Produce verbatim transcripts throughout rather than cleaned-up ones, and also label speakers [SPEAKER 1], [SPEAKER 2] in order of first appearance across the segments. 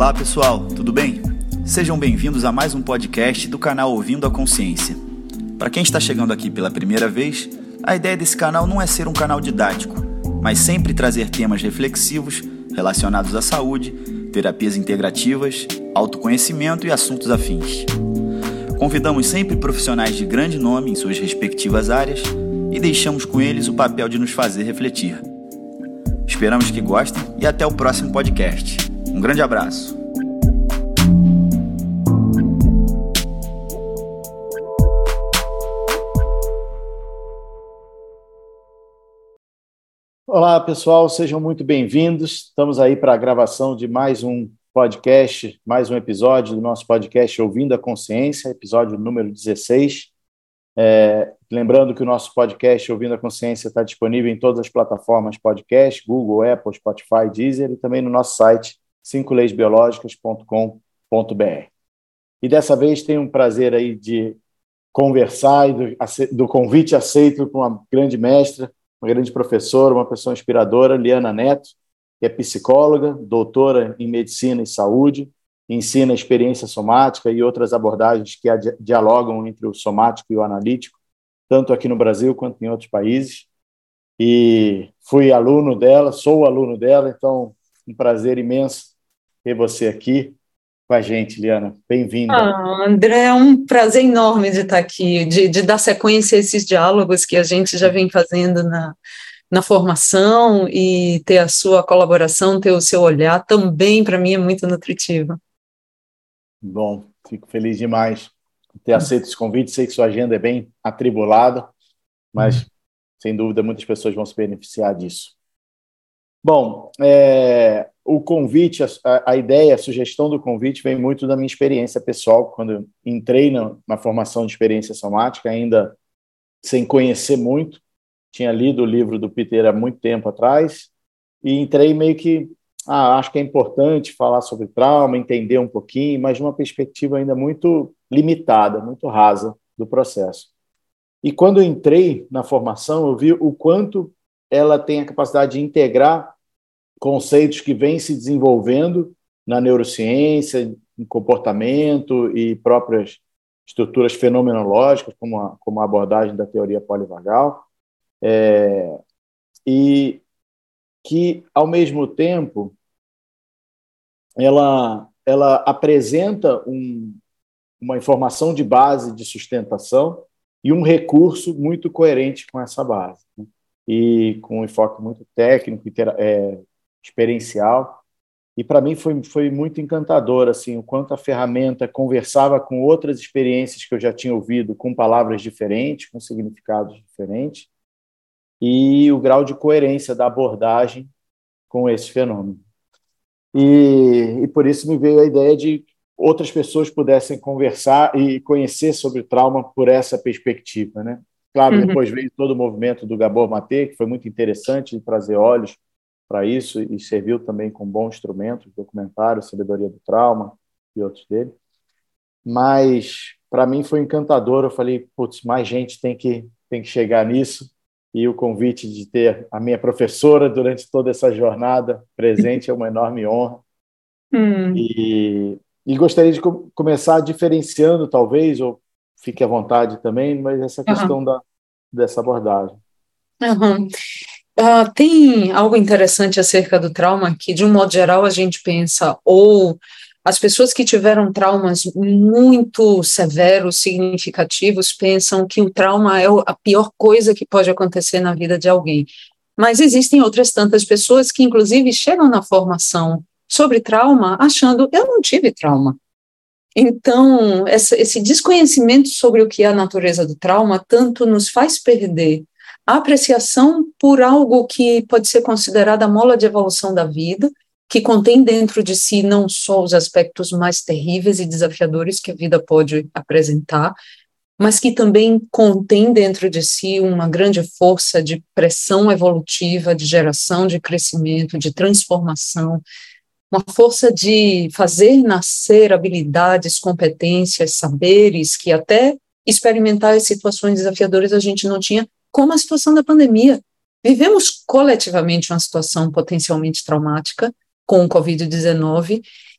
[SPEAKER 1] Olá pessoal, tudo bem? Sejam bem-vindos a mais um podcast do canal Ouvindo a Consciência. Para quem está chegando aqui pela primeira vez, a ideia desse canal não é ser um canal didático, mas sempre trazer temas reflexivos relacionados à saúde, terapias integrativas, autoconhecimento e assuntos afins. Convidamos sempre profissionais de grande nome em suas respectivas áreas e deixamos com eles o papel de nos fazer refletir. Esperamos que gostem e até o próximo podcast. Um grande abraço.
[SPEAKER 2] Olá, pessoal, sejam muito bem-vindos. Estamos aí para a gravação de mais um podcast, mais um episódio do nosso podcast Ouvindo a Consciência, episódio número dezesseis. É, lembrando que o nosso podcast Ouvindo a Consciência está disponível em todas as plataformas podcast, Google, Apple, Spotify, Deezer e também no nosso site cinco leis biológicas ponto com ponto b r. E dessa vez tenho um prazer aí de conversar e do, do convite aceito com uma grande mestra, uma grande professora, uma pessoa inspiradora, Liana Neto, que é psicóloga, doutora em medicina e saúde, ensina experiência somática e outras abordagens que dialogam entre o somático e o analítico, tanto aqui no Brasil quanto em outros países. E fui aluno dela, sou aluno dela, então um prazer imenso ter você aqui com a gente, Liana. Bem-vinda.
[SPEAKER 3] Ah, André, é um prazer enorme de estar aqui, de, de dar sequência a esses diálogos que a gente já vem fazendo na, na formação, e ter a sua colaboração, ter o seu olhar, também para mim é muito nutritivo.
[SPEAKER 2] Bom, fico feliz demais de ter aceito esse convite. Sei que sua agenda é bem atribulada, mas, sem dúvida, muitas pessoas vão se beneficiar disso. Bom, é, o convite, a, a ideia, a sugestão do convite vem muito da minha experiência pessoal, quando eu entrei na, na formação de experiência somática, ainda sem conhecer muito, tinha lido o livro do Peter há muito tempo atrás, e entrei meio que, ah, acho que é importante falar sobre trauma, entender um pouquinho, mas de uma perspectiva ainda muito limitada, muito rasa do processo. E quando eu entrei na formação, eu vi o quanto ela tem a capacidade de integrar conceitos que vêm se desenvolvendo na neurociência, em comportamento e próprias estruturas fenomenológicas, como a, como a abordagem da teoria polivagal, é, e que, ao mesmo tempo, ela, ela apresenta um, uma informação de base de sustentação e um recurso muito coerente com essa base, né? E com um enfoque muito técnico, é, experiencial. E, para mim, foi, foi muito encantador assim, o quanto a ferramenta conversava com outras experiências que eu já tinha ouvido, com palavras diferentes, com significados diferentes, e o grau de coerência da abordagem com esse fenômeno. E, e por isso me veio a ideia de outras pessoas pudessem conversar e conhecer sobre trauma por essa perspectiva, né? Claro, uhum. Depois veio todo o movimento do Gabor Maté, que foi muito interessante de trazer olhos para isso e serviu também com bom instrumento, documentário, Sabedoria do Trauma e outros dele. Mas, para mim, foi encantador. Eu falei, putz, mais gente tem que, tem que chegar nisso. E o convite de ter a minha professora durante toda essa jornada presente é uma enorme honra. Hum. E, e gostaria de com, começar diferenciando, talvez, ou fique à vontade também, mas essa questão uhum. da, dessa abordagem.
[SPEAKER 3] Uhum. Uh, tem algo interessante acerca do trauma que, de um modo geral, a gente pensa, ou as pessoas que tiveram traumas muito severos, significativos, pensam que o trauma é a pior coisa que pode acontecer na vida de alguém. Mas existem outras tantas pessoas que, inclusive, chegam na formação sobre trauma achando, eu não tive trauma. Então, essa, esse desconhecimento sobre o que é a natureza do trauma tanto nos faz perder a apreciação por algo que pode ser considerada a mola de evolução da vida, que contém dentro de si não só os aspectos mais terríveis e desafiadores que a vida pode apresentar, mas que também contém dentro de si uma grande força de pressão evolutiva, de geração de crescimento, de transformação, uma força de fazer nascer habilidades, competências, saberes que até experimentar as situações desafiadoras a gente não tinha, como a situação da pandemia. Vivemos coletivamente uma situação potencialmente traumática com o covid dezenove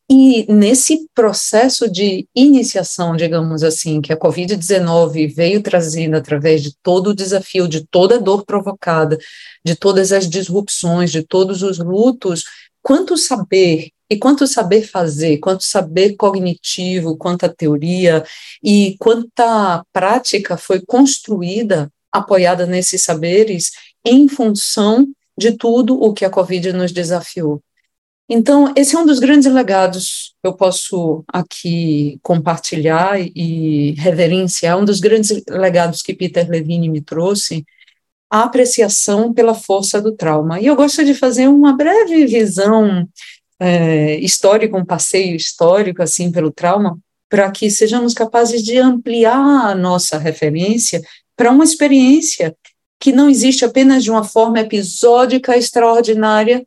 [SPEAKER 3] E nesse processo de iniciação, digamos assim, que a covid dezenove veio trazendo através de todo o desafio, de toda a dor provocada, de todas as disrupções, de todos os lutos, quanto saber, e quanto saber fazer, quanto saber cognitivo, quanta teoria e quanta prática foi construída, apoiada nesses saberes, em função de tudo o que a Covid nos desafiou. Então, esse é um dos grandes legados que eu posso aqui compartilhar e reverenciar, um dos grandes legados que Peter Levine me trouxe, a apreciação pela força do trauma. E eu gosto de fazer uma breve visão é, histórica, um passeio histórico, assim, pelo trauma, para que sejamos capazes de ampliar a nossa referência para uma experiência que não existe apenas de uma forma episódica, extraordinária,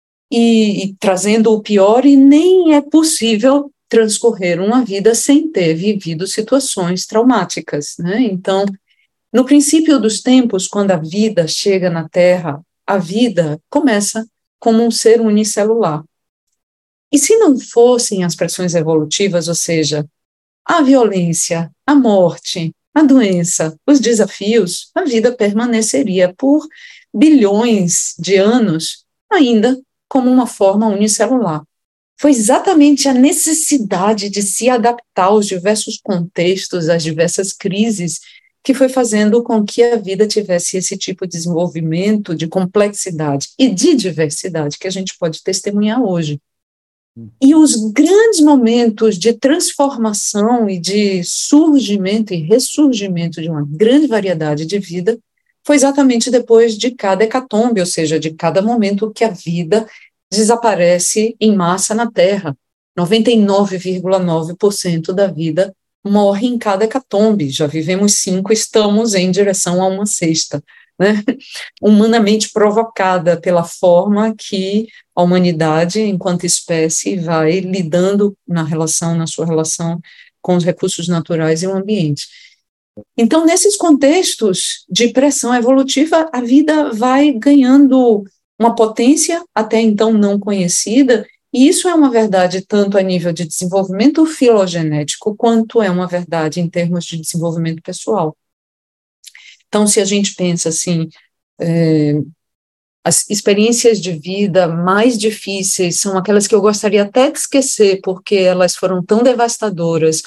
[SPEAKER 3] E, e trazendo o pior, e nem é possível transcorrer uma vida sem ter vivido situações traumáticas, né? Então, no princípio dos tempos, quando a vida chega na Terra, a vida começa como um ser unicelular. E se não fossem as pressões evolutivas, ou seja, a violência, a morte, a doença, os desafios, a vida permaneceria por bilhões de anos ainda como uma forma unicelular. Foi exatamente a necessidade de se adaptar aos diversos contextos, às diversas crises, que foi fazendo com que a vida tivesse esse tipo de desenvolvimento, de complexidade e de diversidade que a gente pode testemunhar hoje. E os grandes momentos de transformação e de surgimento e ressurgimento de uma grande variedade de vida foi exatamente depois de cada hecatombe, ou seja, de cada momento que a vida desaparece em massa na Terra. noventa e nove vírgula nove por cento da vida morre em cada hecatombe. Já vivemos cinco, estamos em direção a uma sexta, né? Humanamente provocada pela forma que a humanidade, enquanto espécie, vai lidando na relação, na sua relação com os recursos naturais e o ambiente. Então, nesses contextos de pressão evolutiva, a vida vai ganhando uma potência até então não conhecida, e isso é uma verdade tanto a nível de desenvolvimento filogenético, quanto é uma verdade em termos de desenvolvimento pessoal. Então, se a gente pensa assim, é, as experiências de vida mais difíceis são aquelas que eu gostaria até de esquecer, porque elas foram tão devastadoras,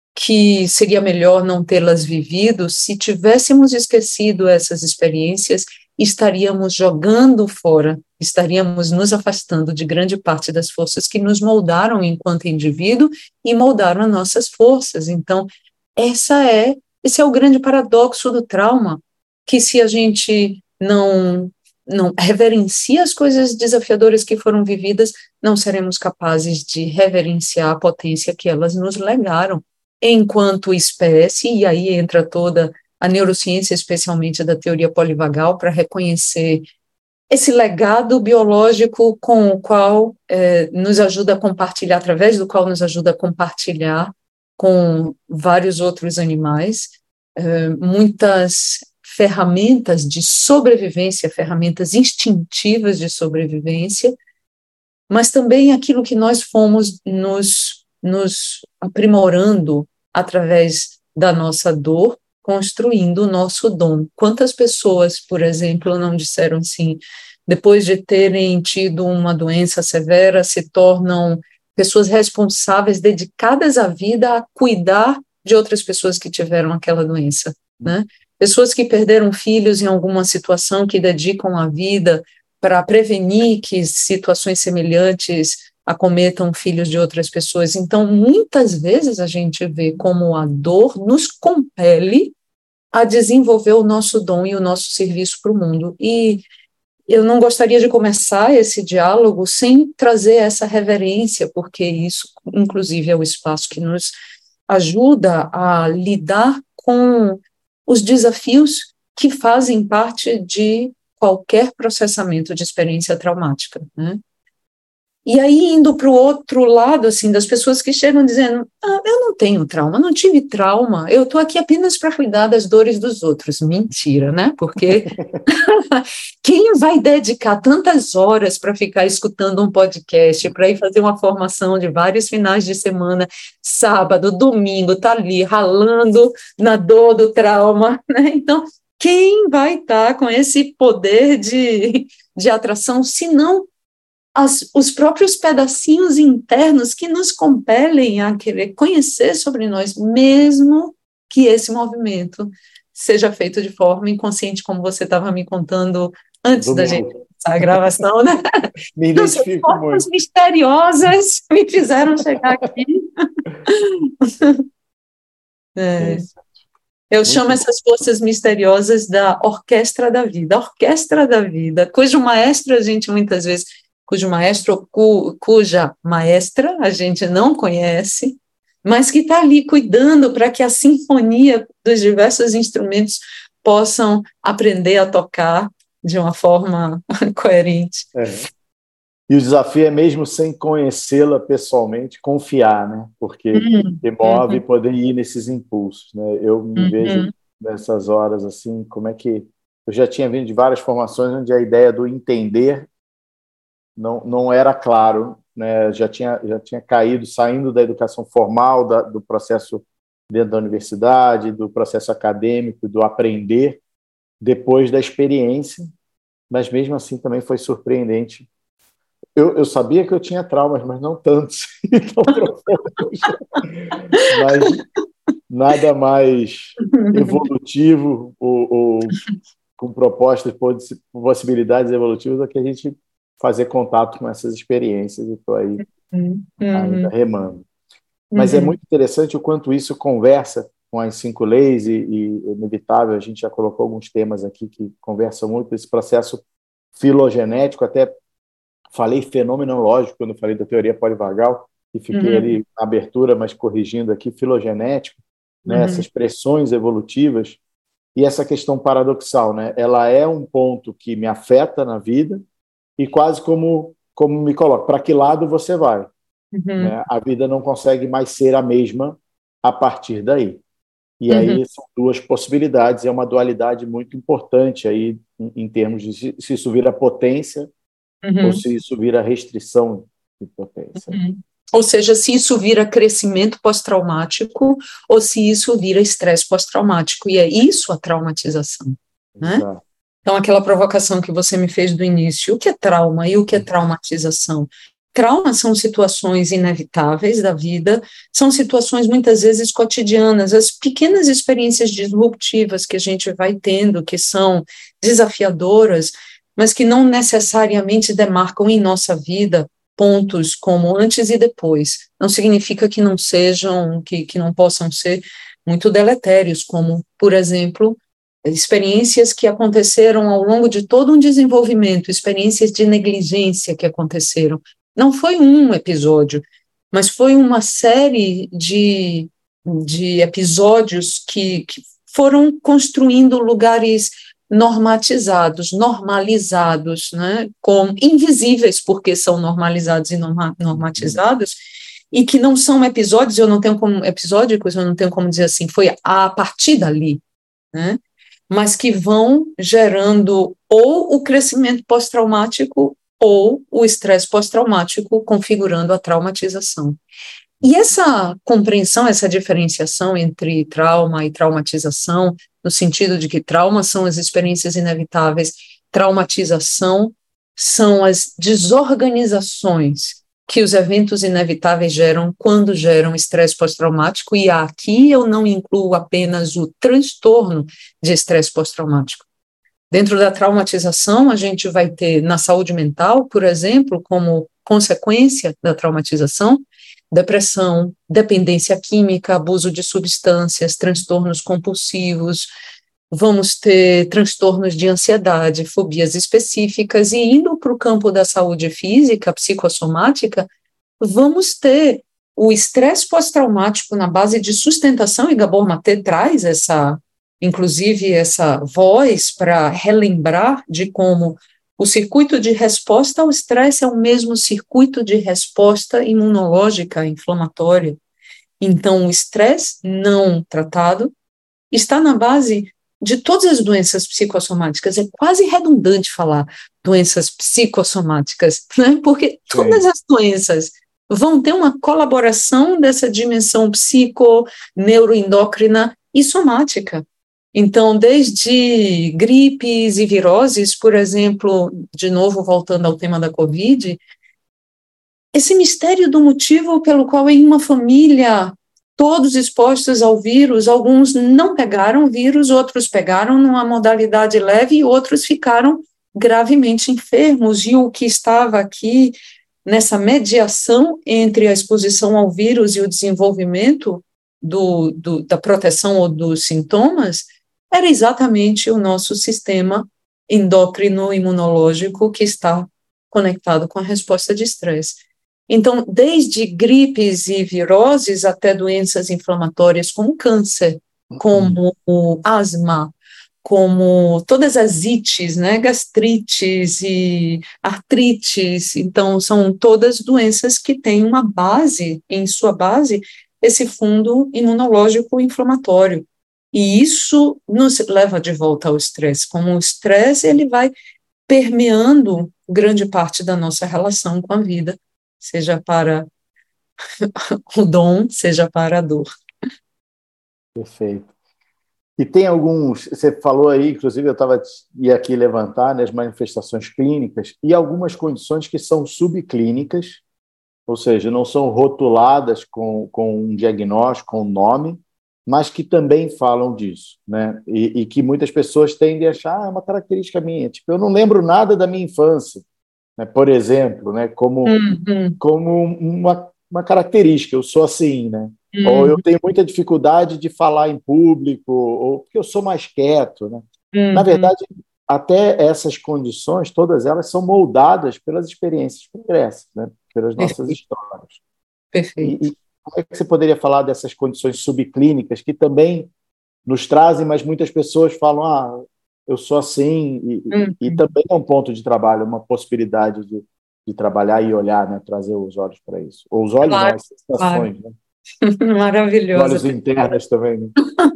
[SPEAKER 3] que seria melhor não tê-las vivido. Se tivéssemos esquecido essas experiências, estaríamos jogando fora, estaríamos nos afastando de grande parte das forças que nos moldaram enquanto indivíduo e moldaram as nossas forças. Então, essa é, esse é o grande paradoxo do trauma, que se a gente não, não reverencia as coisas desafiadoras que foram vividas, não seremos capazes de reverenciar a potência que elas nos legaram enquanto espécie, e aí entra toda a neurociência, especialmente da teoria polivagal, para reconhecer esse legado biológico com o qual eh, nos ajuda a compartilhar, através do qual nos ajuda a compartilhar com vários outros animais, eh, muitas ferramentas de sobrevivência, ferramentas instintivas de sobrevivência, mas também aquilo que nós fomos nos, nos aprimorando através da nossa dor, construindo o nosso dom. Quantas pessoas, por exemplo, não disseram assim, depois de terem tido uma doença severa, se tornam pessoas responsáveis, dedicadas à vida, a cuidar de outras pessoas que tiveram aquela doença, né? Pessoas que perderam filhos em alguma situação, que dedicam a vida para prevenir que situações semelhantes acometam filhos de outras pessoas. Então, muitas vezes a gente vê como a dor nos compele a desenvolver o nosso dom e o nosso serviço para o mundo. E eu não gostaria de começar esse diálogo sem trazer essa reverência, porque isso, inclusive, é o espaço que nos ajuda a lidar com os desafios que fazem parte de qualquer processamento de experiência traumática, né? E aí, indo para o outro lado, assim, das pessoas que chegam dizendo, ah, eu não tenho trauma, não tive trauma, eu estou aqui apenas para cuidar das dores dos outros. Mentira, né? Porque quem vai dedicar tantas horas para ficar escutando um podcast, para ir fazer uma formação de vários finais de semana, sábado, domingo, tá ali ralando na dor do trauma, né? Então, quem vai estar com esse poder de, de atração, se não As, os próprios pedacinhos internos que nos compelem a querer conhecer sobre nós, mesmo que esse movimento seja feito de forma inconsciente, como você estava me contando antes Do da mundo. gente começar a gravação, né?
[SPEAKER 2] Me identifico
[SPEAKER 3] então, formas
[SPEAKER 2] muito.
[SPEAKER 3] misteriosas me fizeram chegar aqui. é. Eu muito chamo bom. essas forças misteriosas da orquestra da vida, a orquestra da vida, cujo maestro a gente muitas vezes cujo maestro, cu, cuja maestra a gente não conhece, mas que está ali cuidando para que a sinfonia dos diversos instrumentos possam aprender a tocar de uma forma coerente.
[SPEAKER 2] É. E o desafio é mesmo sem conhecê-la pessoalmente, confiar, né? Porque uhum, te move uhum. poder ir nesses impulsos, né? Eu me uhum. vejo nessas horas assim, como é que... Eu já tinha vindo de várias formações onde a ideia do entender Não, não era claro, né? já, tinha, já tinha caído, saindo da educação formal, da, do processo dentro da universidade, do processo acadêmico, do aprender, depois da experiência, mas mesmo assim também foi surpreendente. Eu, eu sabia que eu tinha traumas, mas não tantos, tão profundos. Mas nada mais evolutivo ou, ou com propostas, possibilidades evolutivas do que a gente fazer contato com essas experiências, e estou aí uhum. ainda remando. Mas uhum. é muito interessante o quanto isso conversa com as cinco leis e, e inevitável, a gente já colocou alguns temas aqui que conversam muito, esse processo filogenético, até falei fenomenológico quando falei da teoria polivagal, e fiquei uhum. ali na abertura, mas corrigindo aqui, filogenético, né, uhum. essas pressões evolutivas, e essa questão paradoxal, né, ela é um ponto que me afeta na vida, e quase como, como me coloca, para que lado você vai? Uhum. Né? A vida não consegue mais ser a mesma a partir daí. E uhum. aí são duas possibilidades, é uma dualidade muito importante aí, em, em termos de se, se isso vira potência uhum. ou se isso vira restrição de potência.
[SPEAKER 3] Uhum. Ou seja, se isso vira crescimento pós-traumático ou se isso vira estresse pós-traumático. E é isso a traumatização. Né?
[SPEAKER 2] Exato.
[SPEAKER 3] Então, aquela provocação que você me fez do início, o que é trauma e o que é traumatização? Trauma são situações inevitáveis da vida, são situações muitas vezes cotidianas, as pequenas experiências disruptivas que a gente vai tendo, que são desafiadoras, mas que não necessariamente demarcam em nossa vida pontos como antes e depois. Não significa que não sejam, que, que não possam ser muito deletérios, como, por exemplo, experiências que aconteceram ao longo de todo um desenvolvimento, experiências de negligência que aconteceram. Não foi um episódio, mas foi uma série de, de episódios que, que foram construindo lugares normatizados, normalizados, né, como invisíveis porque são normalizados e norma, normatizados, e que não são episódios, eu não tenho como, episódicos, eu não tenho como dizer assim, foi a partir dali, né, mas que vão gerando ou o crescimento pós-traumático ou o estresse pós-traumático configurando a traumatização. E essa compreensão, essa diferenciação entre trauma e traumatização, no sentido de que trauma são as experiências inevitáveis, traumatização são as desorganizações que os eventos inevitáveis geram quando geram estresse pós-traumático, e aqui eu não incluo apenas o transtorno de estresse pós-traumático. Dentro da traumatização, a gente vai ter, na saúde mental, por exemplo, como consequência da traumatização, depressão, dependência química, abuso de substâncias, transtornos compulsivos, vamos ter transtornos de ansiedade, fobias específicas, e indo para o campo da saúde física, psicossomática, vamos ter o estresse pós-traumático na base de sustentação, e Gabor Maté traz essa, inclusive essa voz para relembrar de como O circuito de resposta ao estresse é o mesmo circuito de resposta imunológica inflamatória. Então, o estresse não tratado está na base de todas as doenças psicossomáticas. É quase redundante falar doenças psicossomáticas, né? Porque todas as doenças vão ter uma colaboração dessa dimensão psico, neuroendócrina e somática. Então, desde gripes e viroses, por exemplo, de novo voltando ao tema da Covid, esse mistério do motivo pelo qual em uma família todos expostos ao vírus, alguns não pegaram o vírus, outros pegaram numa modalidade leve e outros ficaram gravemente enfermos. E o que estava aqui nessa mediação entre a exposição ao vírus e o desenvolvimento do, do, da proteção ou dos sintomas era exatamente o nosso sistema endócrino imunológico que está conectado com a resposta de estresse. Então, desde gripes e viroses até doenças inflamatórias como câncer, como o asma, como todas as ites, né, gastrites e artrites, então são todas doenças que têm uma base, em sua base, esse fundo imunológico inflamatório. E isso nos leva de volta ao estresse. Como o estresse, ele vai permeando grande parte da nossa relação com a vida, seja para o dom, seja para a dor.
[SPEAKER 2] Perfeito. E tem alguns, você falou aí, inclusive eu estava ia aqui levantar, né, as manifestações clínicas, e algumas condições que são subclínicas, ou seja, não são rotuladas com, com um diagnóstico, com um nome, mas que também falam disso, né? E, e que muitas pessoas tendem a achar, ah, é uma característica minha, tipo, eu não lembro nada da minha infância, né? Por exemplo, né? Como, uhum. como uma, uma característica, eu sou assim, né? Uhum. Ou eu tenho muita dificuldade de falar em público, ou porque eu sou mais quieto, né? Uhum. Na verdade, até essas condições, todas elas são moldadas pelas experiências pregressas, né? Pelas nossas
[SPEAKER 3] Perfeito.
[SPEAKER 2] histórias.
[SPEAKER 3] Perfeito.
[SPEAKER 2] E, e como é que você poderia falar dessas condições subclínicas que também nos trazem, mas muitas pessoas falam, ah, eu sou assim, e, uhum. e também é um ponto de trabalho, uma possibilidade de, de trabalhar e olhar, né, trazer os olhos para isso. Ou os olhos, claro, não, as sensações, claro.
[SPEAKER 3] Né? Maravilhosa.
[SPEAKER 2] Os olhos internos também, né?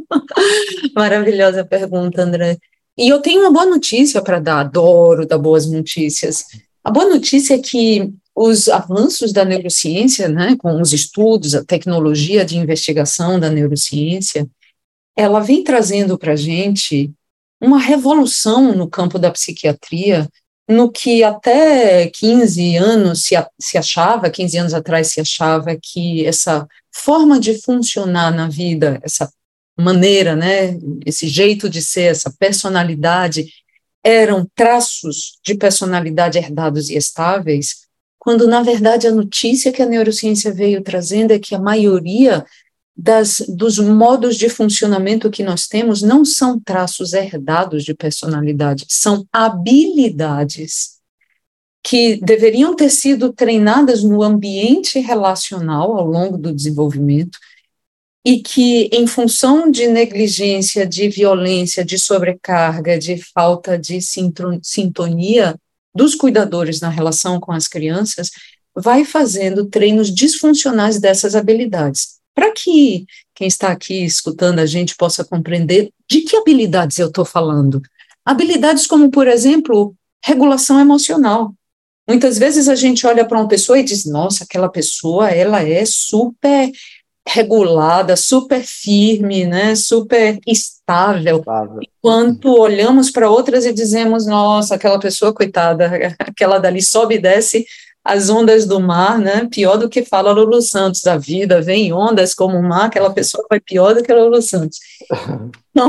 [SPEAKER 3] Maravilhosa pergunta, André. E eu tenho uma boa notícia para dar, adoro dar boas notícias. A boa notícia é que os avanços da neurociência, né, com os estudos, a tecnologia de investigação da neurociência, ela vem trazendo para a gente uma revolução no campo da psiquiatria, no que até quinze anos se, se achava, quinze anos atrás se achava que essa forma de funcionar na vida, essa maneira, né, esse jeito de ser, essa personalidade, eram traços de personalidade herdados e estáveis, quando, na verdade, a notícia que a neurociência veio trazendo é que a maioria das, dos modos de funcionamento que nós temos não são traços herdados de personalidade, são habilidades que deveriam ter sido treinadas no ambiente relacional ao longo do desenvolvimento e que, em função de negligência, de violência, de sobrecarga, de falta de sintonia dos cuidadores na relação com as crianças, vai fazendo treinos disfuncionais dessas habilidades. Para que quem está aqui escutando a gente possa compreender de que habilidades eu estou falando. Habilidades como, por exemplo, regulação emocional. Muitas vezes a gente olha para uma pessoa e diz, nossa, aquela pessoa, ela é super regulada, super firme, né, super estável, estável. Enquanto olhamos para outras e dizemos, nossa, aquela pessoa, coitada, aquela dali sobe e desce as ondas do mar, né, pior do que fala Lulu Santos, a vida vem em ondas como o mar, aquela pessoa vai pior do que Lulu Santos. Então,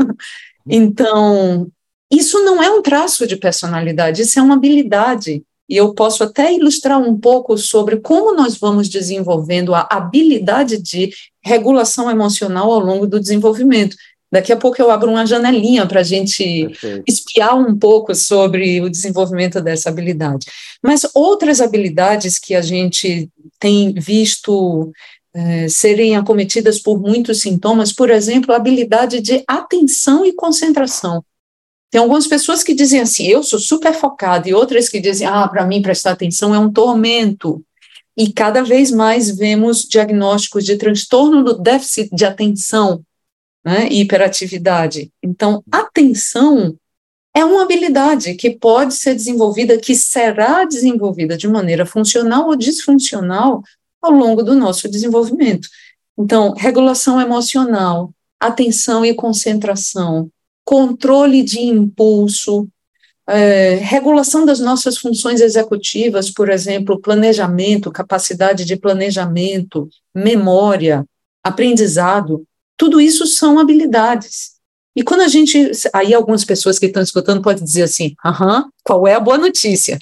[SPEAKER 3] então, isso não é um traço de personalidade, isso é uma habilidade. E eu posso até ilustrar um pouco sobre como nós vamos desenvolvendo a habilidade de regulação emocional ao longo do desenvolvimento. Daqui a pouco eu abro uma janelinha para a gente Perfeito. Espiar um pouco sobre o desenvolvimento dessa habilidade. Mas outras habilidades que a gente tem visto eh, serem acometidas por muitos sintomas, por exemplo, a habilidade de atenção e concentração. Tem algumas pessoas que dizem assim, eu sou super focada, e outras que dizem, ah, para mim prestar atenção é um tormento. E cada vez mais vemos diagnósticos de transtorno do déficit de atenção, né, e hiperatividade. Então, atenção é uma habilidade que pode ser desenvolvida, que será desenvolvida de maneira funcional ou disfuncional ao longo do nosso desenvolvimento. Então, regulação emocional, atenção e concentração, controle de impulso, é, regulação das nossas funções executivas, por exemplo, planejamento, capacidade de planejamento, memória, aprendizado, tudo isso são habilidades. E quando a gente, aí algumas pessoas que estão escutando podem dizer assim, aham, qual é a boa notícia?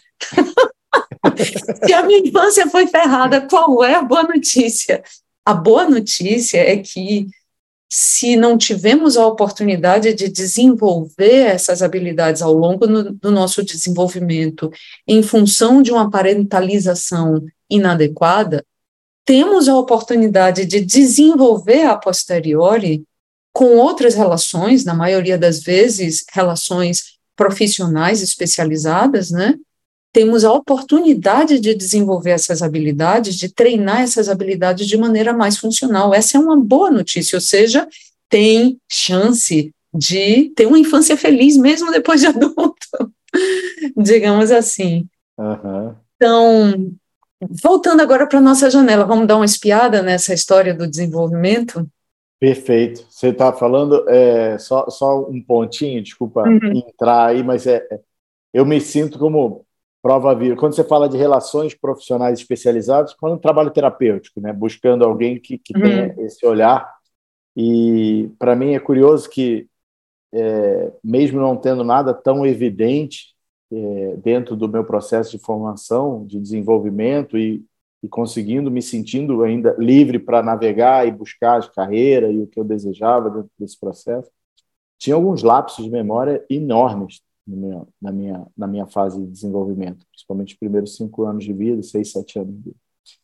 [SPEAKER 3] Se a minha infância foi ferrada, qual é a boa notícia? A boa notícia é que se não tivemos a oportunidade de desenvolver essas habilidades ao longo no, do nosso desenvolvimento, em função de uma parentalização inadequada, temos a oportunidade de desenvolver a posteriori com outras relações, na maioria das vezes, relações profissionais especializadas, né? Temos a oportunidade de desenvolver essas habilidades, de treinar essas habilidades de maneira mais funcional. Essa é uma boa notícia, ou seja, tem chance de ter uma infância feliz mesmo depois de adulto, digamos assim.
[SPEAKER 2] Uhum.
[SPEAKER 3] Então, voltando agora para a nossa janela, vamos dar uma espiada nessa história do desenvolvimento?
[SPEAKER 2] Perfeito. Você está falando, é, só, só um pontinho, desculpa
[SPEAKER 3] Uhum.
[SPEAKER 2] entrar aí, mas é, eu me sinto como prova viva. Quando você fala de relações profissionais especializadas, quando um trabalho terapêutico, né, buscando alguém que, que
[SPEAKER 3] Uhum.
[SPEAKER 2] tenha esse olhar. E, para mim, é curioso que, é, mesmo não tendo nada tão evidente é, dentro do meu processo de formação, de desenvolvimento e, e conseguindo, me sentindo ainda livre para navegar e buscar a carreira e o que eu desejava dentro desse processo, tinha alguns lapsos de memória enormes na minha, na minha, na minha fase de desenvolvimento, principalmente os primeiros cinco anos de vida, seis, sete anos de vida.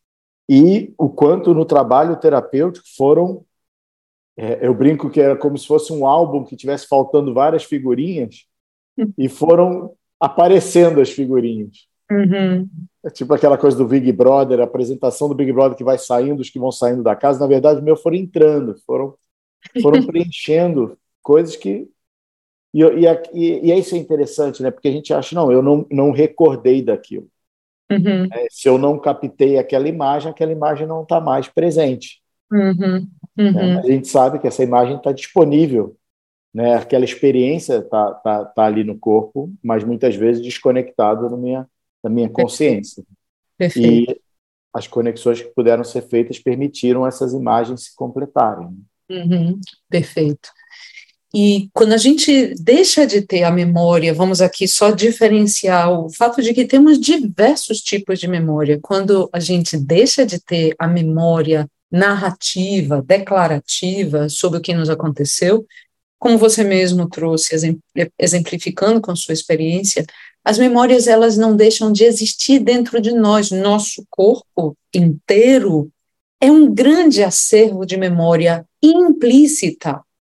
[SPEAKER 2] E o quanto no trabalho terapêutico foram, é, eu brinco que era como se fosse um álbum que tivesse faltando várias figurinhas e foram aparecendo as figurinhas.
[SPEAKER 3] Uhum.
[SPEAKER 2] É tipo aquela coisa do Big Brother, a apresentação do Big Brother que vai saindo, os que vão saindo da casa, na verdade, o meu foram entrando, foram, foram preenchendo coisas que... E, e, e isso é interessante, né? Porque a gente acha, não, eu não, não recordei daquilo.
[SPEAKER 3] Uhum.
[SPEAKER 2] É, se eu não captei aquela imagem, aquela imagem não está mais presente.
[SPEAKER 3] Uhum. Uhum.
[SPEAKER 2] Né? Mas a gente sabe que essa imagem está disponível, né? Aquela experiência está tá, tá ali no corpo, mas muitas vezes desconectada na minha, na minha consciência.
[SPEAKER 3] Perfeito.
[SPEAKER 2] E as conexões que puderam ser feitas permitiram essas imagens se completarem.
[SPEAKER 3] Uhum. Perfeito. E quando a gente deixa de ter a memória, vamos aqui só diferenciar o fato de que temos diversos tipos de memória. Quando a gente deixa de ter a memória narrativa, declarativa sobre o que nos aconteceu, como você mesmo trouxe, exemplificando com sua experiência, as memórias elas não deixam de existir dentro de nós. Nosso corpo inteiro é um grande acervo de memória implícita,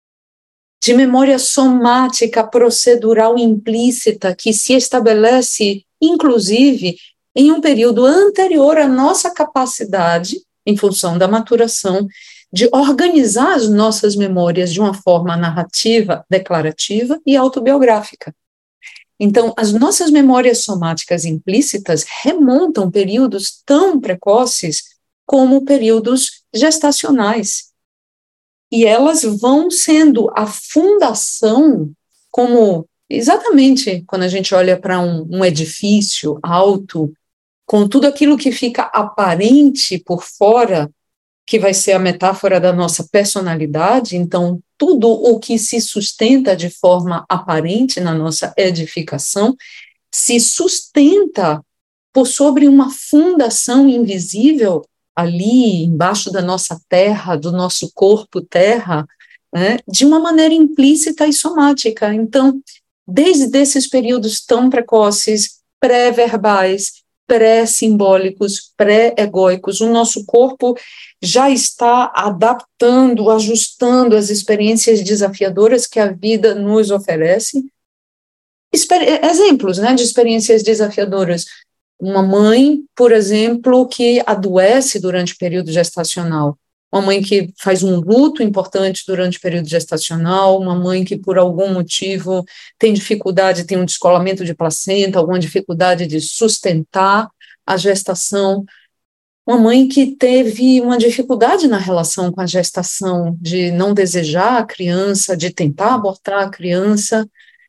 [SPEAKER 3] de memória somática, procedural implícita, que se estabelece, inclusive, em um período anterior à nossa capacidade, em função da maturação, de organizar as nossas memórias de uma forma narrativa, declarativa e autobiográfica. Então, as nossas memórias somáticas implícitas remontam períodos tão precoces como períodos gestacionais. E elas vão sendo a fundação, como exatamente quando a gente olha para um, um edifício alto, com tudo aquilo que fica aparente por fora, que vai ser a metáfora da nossa personalidade, então tudo o que se sustenta de forma aparente na nossa edificação, se sustenta por sobre uma fundação invisível, ali embaixo da nossa terra, do nosso corpo terra, né, de uma maneira implícita e somática. Então, desde esses períodos tão precoces, pré-verbais, pré-simbólicos, pré-egóicos, o nosso corpo já está adaptando, ajustando as experiências desafiadoras que a vida nos oferece exemplos, né, de experiências desafiadoras. Uma mãe, por exemplo, que adoece durante o período gestacional, uma mãe que faz um luto importante durante o período gestacional, uma mãe que por algum motivo tem dificuldade, tem um descolamento de placenta, alguma dificuldade de sustentar a gestação, uma mãe que teve uma dificuldade na relação com a gestação, de não desejar a criança, de tentar abortar a criança,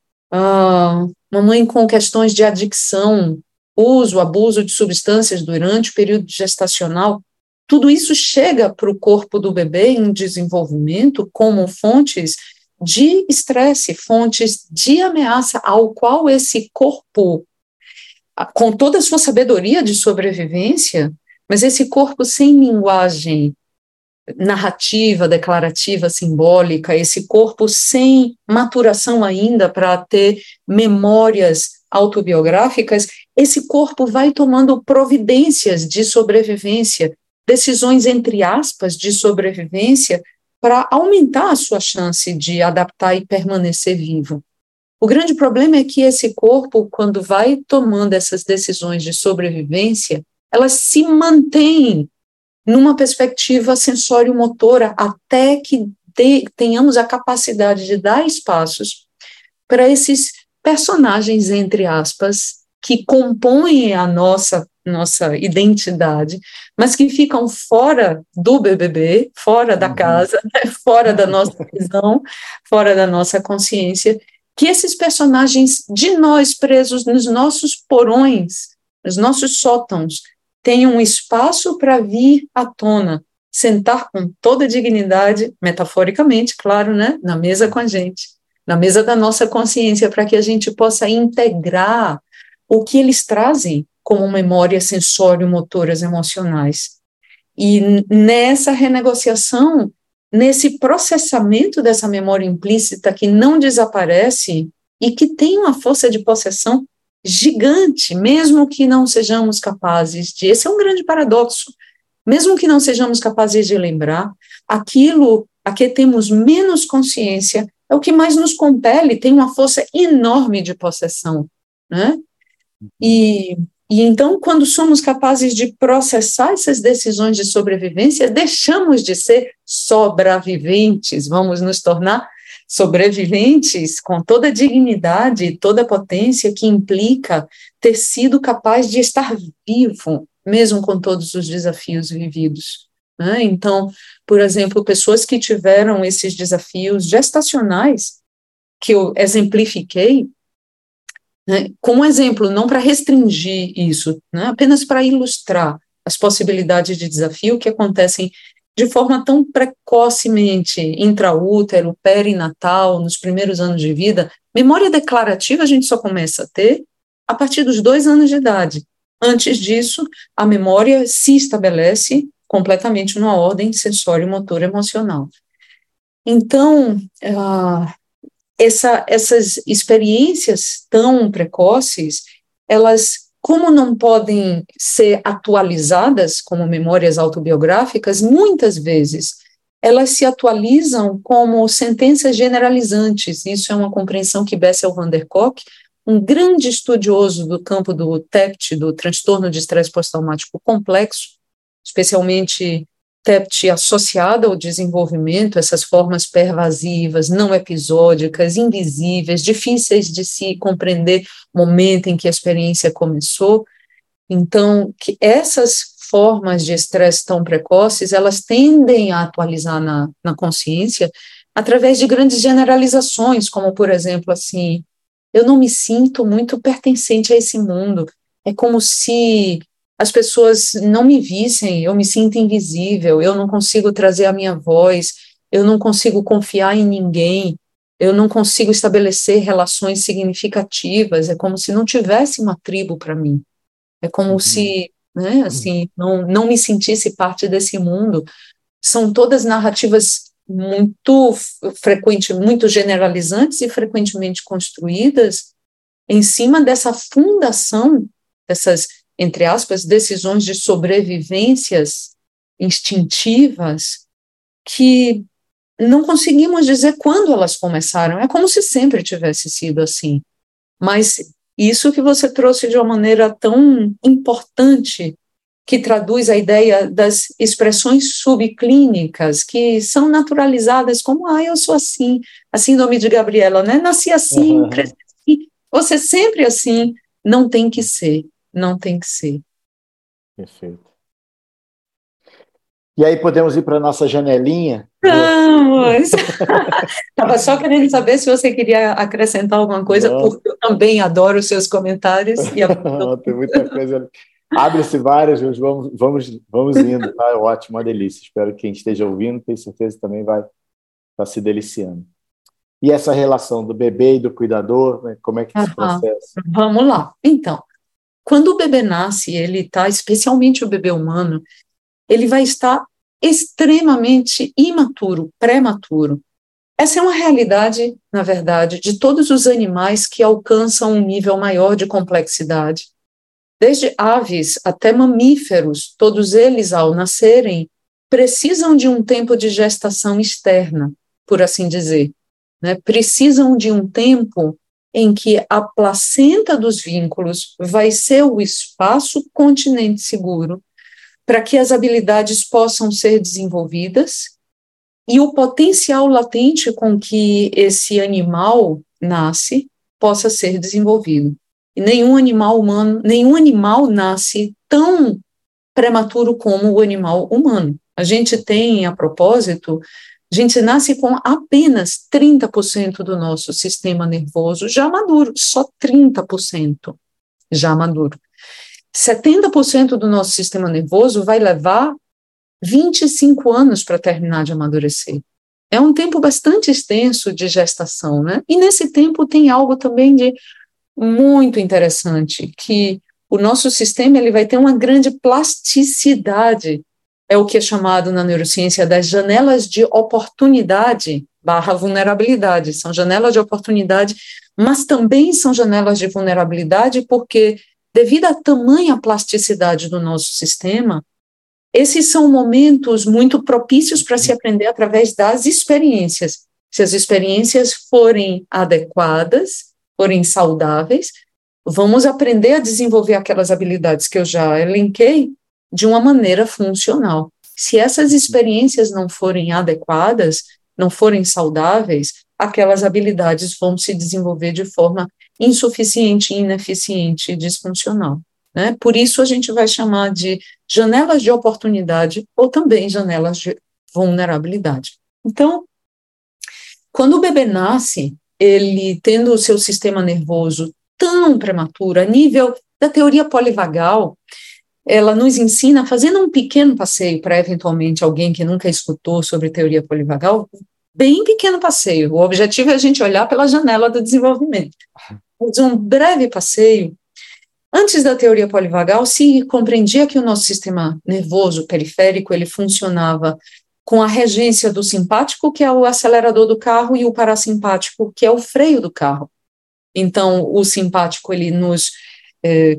[SPEAKER 3] uh, uma mãe com questões de adicção, uso, abuso de substâncias durante o período gestacional. Tudo isso chega para o corpo do bebê em desenvolvimento como fontes de estresse, fontes de ameaça, ao qual esse corpo, com toda a sua sabedoria de sobrevivência, mas esse corpo sem linguagem narrativa, declarativa, simbólica, esse corpo sem maturação ainda para ter memórias autobiográficas, esse corpo vai tomando providências de sobrevivência, decisões, entre aspas, de sobrevivência, para aumentar a sua chance de adaptar e permanecer vivo. O grande problema é que esse corpo, quando vai tomando essas decisões de sobrevivência, elas se mantêm numa perspectiva sensório-motora até que de, tenhamos a capacidade de dar espaços para esses personagens, entre aspas, que compõem a nossa, nossa identidade, mas que ficam fora do B B B, fora da casa, né, fora da nossa visão, fora da nossa consciência, que esses personagens de nós presos nos nossos porões, nos nossos sótãos, tenham um espaço para vir à tona, sentar com toda a dignidade, metaforicamente, claro, né, na mesa com a gente, na mesa da nossa consciência, para que a gente possa integrar o que eles trazem como memórias sensório-motoras emocionais. E nessa renegociação, nesse processamento dessa memória implícita que não desaparece e que tem uma força de possessão gigante, mesmo que não sejamos capazes de, esse é um grande paradoxo, mesmo que não sejamos capazes de lembrar, aquilo a que temos menos consciência é o que mais nos compele, tem uma força enorme de possessão, né? E, e então, quando somos capazes de processar essas decisões de sobrevivência, deixamos de ser sobreviventes, vamos nos tornar sobreviventes com toda a dignidade e toda a potência que implica ter sido capaz de estar vivo, mesmo com todos os desafios vividos, né? Então, por exemplo, pessoas que tiveram esses desafios gestacionais, que eu exemplifiquei, né, como exemplo, não para restringir isso, né, apenas para ilustrar as possibilidades de desafio que acontecem de forma tão precocemente, intraútero, perinatal, nos primeiros anos de vida. Memória declarativa a gente só começa a ter a partir dos dois anos de idade. Antes disso, a memória se estabelece completamente numa ordem sensório-motora emocional. Então, uh, essa, essas experiências tão precoces, elas, como não podem ser atualizadas como memórias autobiográficas, muitas vezes elas se atualizam como sentenças generalizantes. Isso é uma compreensão que Bessel van der Kolk, um grande estudioso do campo do T E P T, do transtorno de estresse pós-traumático complexo, especialmente T E P T associado ao desenvolvimento, essas formas pervasivas, não episódicas, invisíveis, difíceis de se compreender o momento em que a experiência começou. Então, que essas formas de estresse tão precoces, elas tendem a atualizar na, na consciência através de grandes generalizações, como, por exemplo, assim, eu não me sinto muito pertencente a esse mundo, é como se as pessoas não me vissem, eu me sinto invisível, eu não consigo trazer a minha voz, eu não consigo confiar em ninguém, eu não consigo estabelecer relações significativas, é como se não tivesse uma tribo para mim, é como uhum. se, né, assim, não, não me sentisse parte desse mundo. São todas narrativas muito frequentes, muito generalizantes e frequentemente construídas em cima dessa fundação, dessas, entre aspas, decisões de sobrevivências instintivas que não conseguimos dizer quando elas começaram. É como se sempre tivesse sido assim. Mas isso que você trouxe de uma maneira tão importante, que traduz a ideia das expressões subclínicas, que são naturalizadas como, ah, eu sou assim, a síndrome de Gabriela, né? Nasci assim, uhum. cresci assim, você sempre assim, não tem que ser, não tem que ser.
[SPEAKER 2] Perfeito. E aí podemos ir para a nossa janelinha?
[SPEAKER 3] Vamos! Estava só querendo saber se você queria acrescentar alguma coisa, não. Porque eu também adoro os seus comentários. E a...
[SPEAKER 2] Tem muita coisa. Abre-se várias, vamos, vamos, vamos indo, tá? É ótimo, uma delícia. Espero que quem esteja ouvindo, tenho certeza, também vai estar se deliciando. E essa relação do bebê e do cuidador, né? Como é que se processa?
[SPEAKER 3] Vamos lá. Então, quando o bebê nasce, ele está, especialmente o bebê humano, ele vai estar extremamente imaturo, prematuro. Essa é uma realidade, na verdade, de todos os animais que alcançam um nível maior de complexidade. Desde aves até mamíferos, todos eles, ao nascerem, precisam de um tempo de gestação externa, por assim dizer. Né? Precisam de um tempo em que a placenta dos vínculos vai ser o espaço continente seguro para que as habilidades possam ser desenvolvidas e o potencial latente com que esse animal nasce possa ser desenvolvido. E nenhum animal humano, nenhum animal nasce tão prematuro como o animal humano. A gente tem, a propósito, a gente nasce com apenas trinta por cento do nosso sistema nervoso já maduro, só trinta por cento já maduro. setenta por cento do nosso sistema nervoso vai levar vinte e cinco anos para terminar de amadurecer. É um tempo bastante extenso de gestação, né? E nesse tempo tem algo também de muito interessante, que o nosso sistema ele vai ter uma grande plasticidade, é o que é chamado na neurociência das janelas de oportunidade barra vulnerabilidade. São janelas de oportunidade, mas também são janelas de vulnerabilidade porque, devido à tamanha plasticidade do nosso sistema, esses são momentos muito propícios para se aprender através das experiências. Se as experiências forem adequadas, forem saudáveis, vamos aprender a desenvolver aquelas habilidades que eu já elenquei de uma maneira funcional. Se essas experiências não forem adequadas, não forem saudáveis, aquelas habilidades vão se desenvolver de forma insuficiente, ineficiente e disfuncional. Né? Por isso a gente vai chamar de janelas de oportunidade ou também janelas de vulnerabilidade. Então, quando o bebê nasce, ele tendo o seu sistema nervoso tão prematuro, a nível da teoria polivagal, ela nos ensina, fazendo um pequeno passeio para eventualmente alguém que nunca escutou sobre teoria polivagal, bem pequeno passeio, o objetivo é a gente olhar pela janela do desenvolvimento. Mas um breve passeio. Antes da teoria polivagal, se compreendia que o nosso sistema nervoso periférico, ele funcionava com a regência do simpático, que é o acelerador do carro, e o parasimpático, que é o freio do carro. Então, o simpático, ele nos, eh,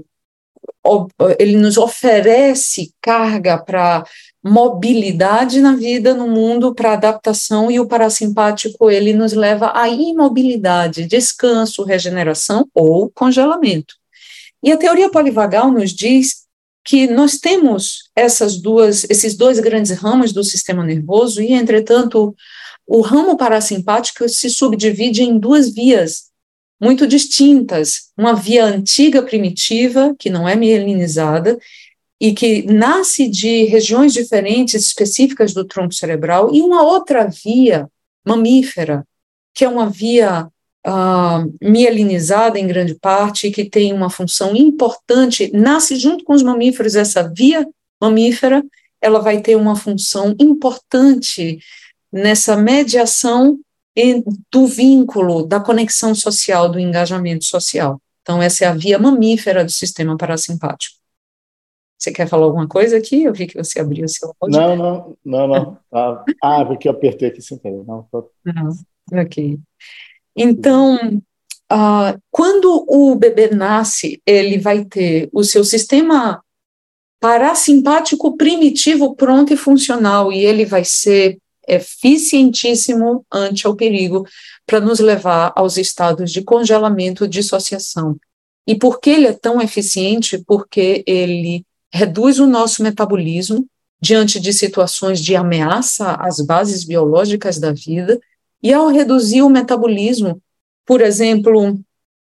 [SPEAKER 3] ele nos oferece carga para mobilidade na vida, no mundo, para adaptação, e o parasimpático, ele nos leva à imobilidade, descanso, regeneração ou congelamento. E a teoria polivagal nos diz que nós temos essas duas, esses dois grandes ramos do sistema nervoso e, entretanto, o ramo parasimpático se subdivide em duas vias muito distintas. Uma via antiga primitiva, que não é mielinizada, e que nasce de regiões diferentes específicas do tronco cerebral, e uma outra via mamífera, que é uma via Uh, mielinizada em grande parte, que tem uma função importante, nasce junto com os mamíferos, essa via mamífera, ela vai ter uma função importante nessa mediação do vínculo, da conexão social, do engajamento social. Então, essa é a via mamífera do sistema parasimpático. Você quer falar alguma coisa aqui? Eu vi que você abriu o seu áudio.
[SPEAKER 2] Não, não, não, não. Ah, ah porque eu apertei aqui sem querer. Não, tô...
[SPEAKER 3] não, ok. Então, uh, quando o bebê nasce, ele vai ter o seu sistema parasimpático primitivo pronto e funcional, e ele vai ser eficientíssimo ante o perigo para nos levar aos estados de congelamento, dissociação. E por que ele é tão eficiente? Porque ele reduz o nosso metabolismo diante de situações de ameaça às bases biológicas da vida, e ao reduzir o metabolismo, por exemplo,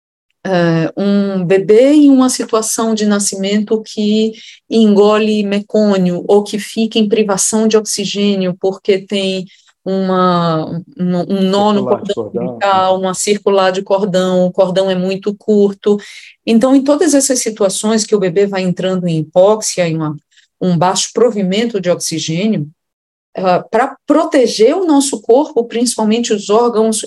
[SPEAKER 3] Uh, um bebê em uma situação de nascimento que engole mecônio ou que fica em privação de oxigênio porque tem uma, um, um nó no cordão umbilical, uma circular de cordão, o cordão é muito curto. Então, em todas essas situações que o bebê vai entrando em hipóxia, em uma, um baixo provimento de oxigênio, uh, para proteger o nosso corpo, principalmente os órgãos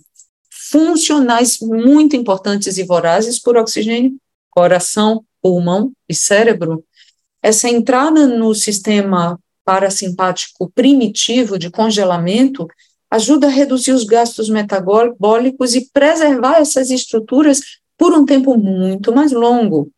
[SPEAKER 3] funcionais muito importantes e vorazes por oxigênio, coração, pulmão e cérebro, essa entrada no sistema parasimpático primitivo de congelamento ajuda a reduzir os gastos metabólicos e preservar essas estruturas por um tempo muito mais longo.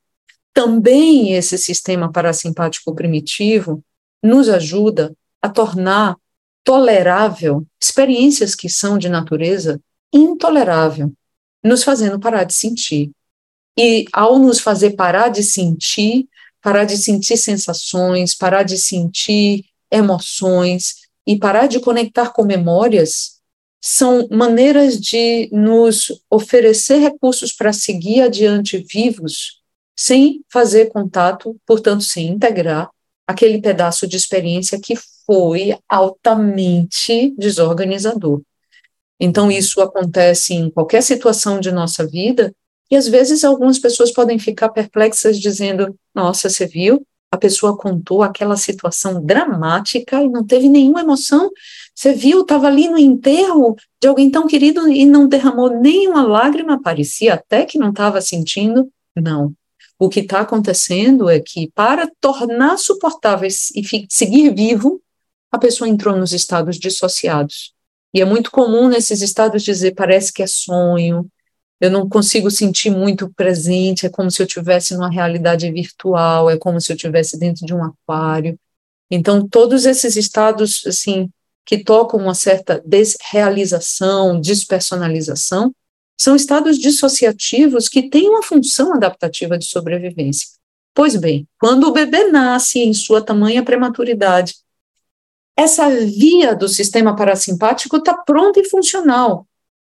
[SPEAKER 3] Também esse sistema parasimpático primitivo nos ajuda a tornar tolerável experiências que são de natureza intolerável, nos fazendo parar de sentir. E ao nos fazer parar de sentir, parar de sentir sensações, parar de sentir emoções e parar de conectar com memórias, são maneiras de nos oferecer recursos para seguir adiante vivos, sem fazer contato, portanto, sem integrar aquele pedaço de experiência que foi altamente desorganizador. Então, isso acontece em qualquer situação de nossa vida, e às vezes algumas pessoas podem ficar perplexas dizendo, nossa, você viu? A pessoa contou aquela situação dramática e não teve nenhuma emoção. Você viu? Estava ali no enterro de alguém tão querido e não derramou nenhuma lágrima, parecia até que não estava sentindo. Não. O que está acontecendo é que, para tornar suportáveis e seguir vivo, a pessoa entrou nos estados dissociados. E é muito comum nesses estados dizer, parece que é sonho, eu não consigo sentir muito presente, é como se eu estivesse numa realidade virtual, é como se eu estivesse dentro de um aquário. Então, todos esses estados, assim, que tocam uma certa desrealização, despersonalização, são estados dissociativos que têm uma função adaptativa de sobrevivência. Pois bem, quando o bebê nasce em sua tamanha prematuridade, essa via do sistema parasimpático está pronta e funcional.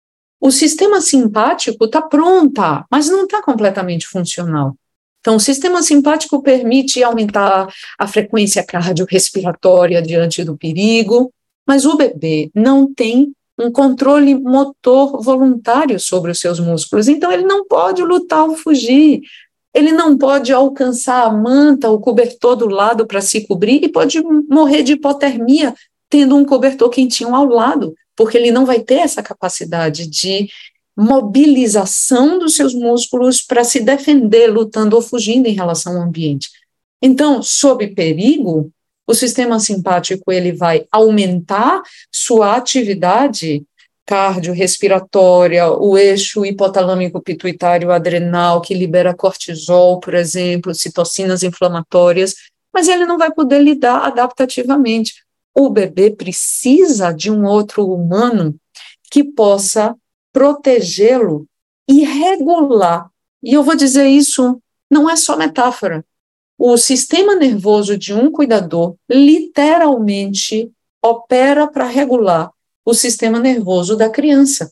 [SPEAKER 3] O sistema simpático está pronta, mas não está completamente funcional. Então, o sistema simpático permite aumentar a frequência cardiorrespiratória diante do perigo, mas o bebê não tem um controle motor voluntário sobre os seus músculos, então ele não pode lutar ou fugir. Ele não pode alcançar a manta, o cobertor do lado para se cobrir e pode morrer de hipotermia tendo um cobertor quentinho ao lado, porque ele não vai ter essa capacidade de mobilização dos seus músculos para se defender, lutando ou fugindo em relação ao ambiente. Então, sob perigo, o sistema simpático ele vai aumentar sua atividade cardiorrespiratória, o eixo hipotalâmico pituitário adrenal, que libera cortisol, por exemplo, citocinas inflamatórias, mas ele não vai poder lidar adaptativamente. O bebê precisa de um outro humano que possa protegê-lo e regular. E eu vou dizer isso, não é só metáfora. O sistema nervoso de um cuidador literalmente opera para regular o sistema nervoso da criança.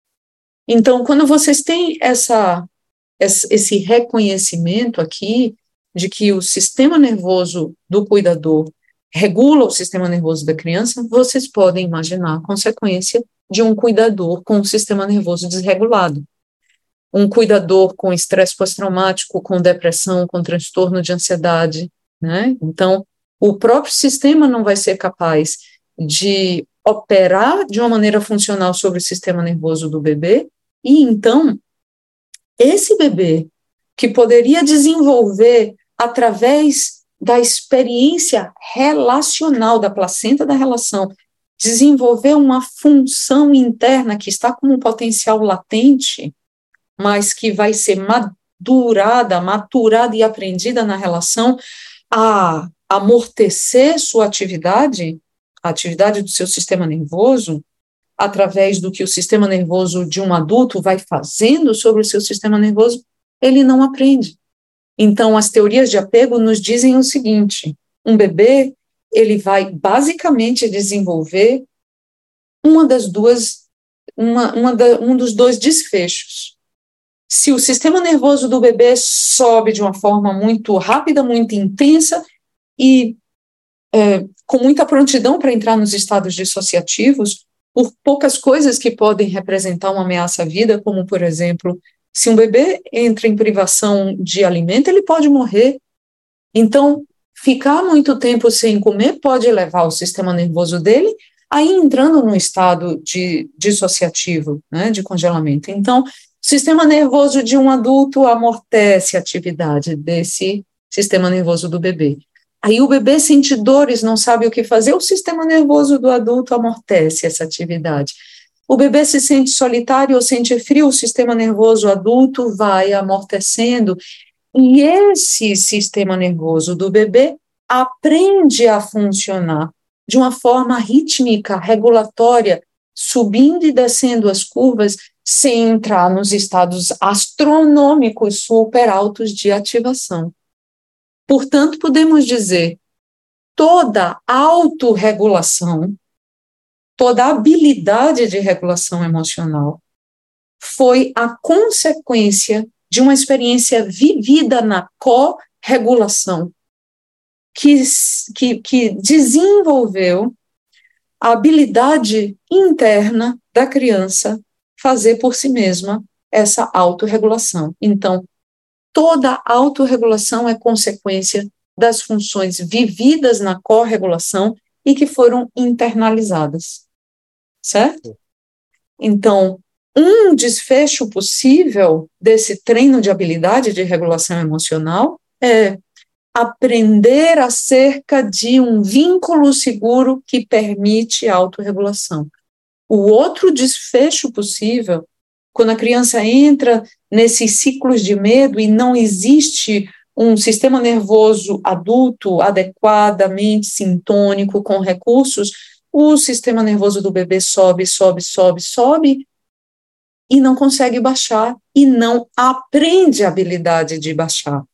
[SPEAKER 3] Então, quando vocês têm essa, esse reconhecimento aqui de que o sistema nervoso do cuidador regula o sistema nervoso da criança, vocês podem imaginar a consequência de um cuidador com o sistema nervoso desregulado. Um cuidador com estresse pós-traumático, com depressão, com transtorno de ansiedade, né? Então, o próprio sistema não vai ser capaz de operar de uma maneira funcional sobre o sistema nervoso do bebê, e então, esse bebê, que poderia desenvolver através da experiência relacional da placenta da relação, desenvolver uma função interna que está como um potencial latente, mas que vai ser madurada, maturada e aprendida na relação a amortecer sua atividade, a atividade do seu sistema nervoso, através do que o sistema nervoso de um adulto vai fazendo sobre o seu sistema nervoso, ele não aprende. Então, as teorias de apego nos dizem o seguinte: um bebê, ele vai basicamente desenvolver uma das duas, uma, uma da, um dos dois desfechos. Se o sistema nervoso do bebê sobe de uma forma muito rápida, muito intensa e é, com muita prontidão para entrar nos estados dissociativos, por poucas coisas que podem representar uma ameaça à vida, como, por exemplo, se um bebê entra em privação de alimento, ele pode morrer. Então, ficar muito tempo sem comer pode levar o sistema nervoso dele a ir entrando num estado de dissociativo, né, de congelamento. Então, o sistema nervoso de um adulto amortece a atividade desse sistema nervoso do bebê. Aí o bebê sente dores, não sabe o que fazer, o sistema nervoso do adulto amortece essa atividade. O bebê se sente solitário ou sente frio, o sistema nervoso adulto vai amortecendo. E esse sistema nervoso do bebê aprende a funcionar de uma forma rítmica, regulatória, subindo e descendo as curvas, sem entrar nos estados astronômicos super altos de ativação. Portanto, podemos dizer, toda autorregulação, toda habilidade de regulação emocional foi a consequência de uma experiência vivida na corregulação, que, que, que desenvolveu a habilidade interna da criança fazer por si mesma essa autorregulação. Então, toda autorregulação é consequência das funções vividas na corregulação e que foram internalizadas, certo? Então, um desfecho possível desse treino de habilidade de regulação emocional é aprender acerca de um vínculo seguro que permite a autorregulação. O outro desfecho possível, quando a criança entra nesses ciclos de medo e não existe um sistema nervoso adulto adequadamente sintônico, com recursos, o sistema nervoso do bebê sobe, sobe, sobe, sobe, e não consegue baixar, e não aprende a habilidade de baixar.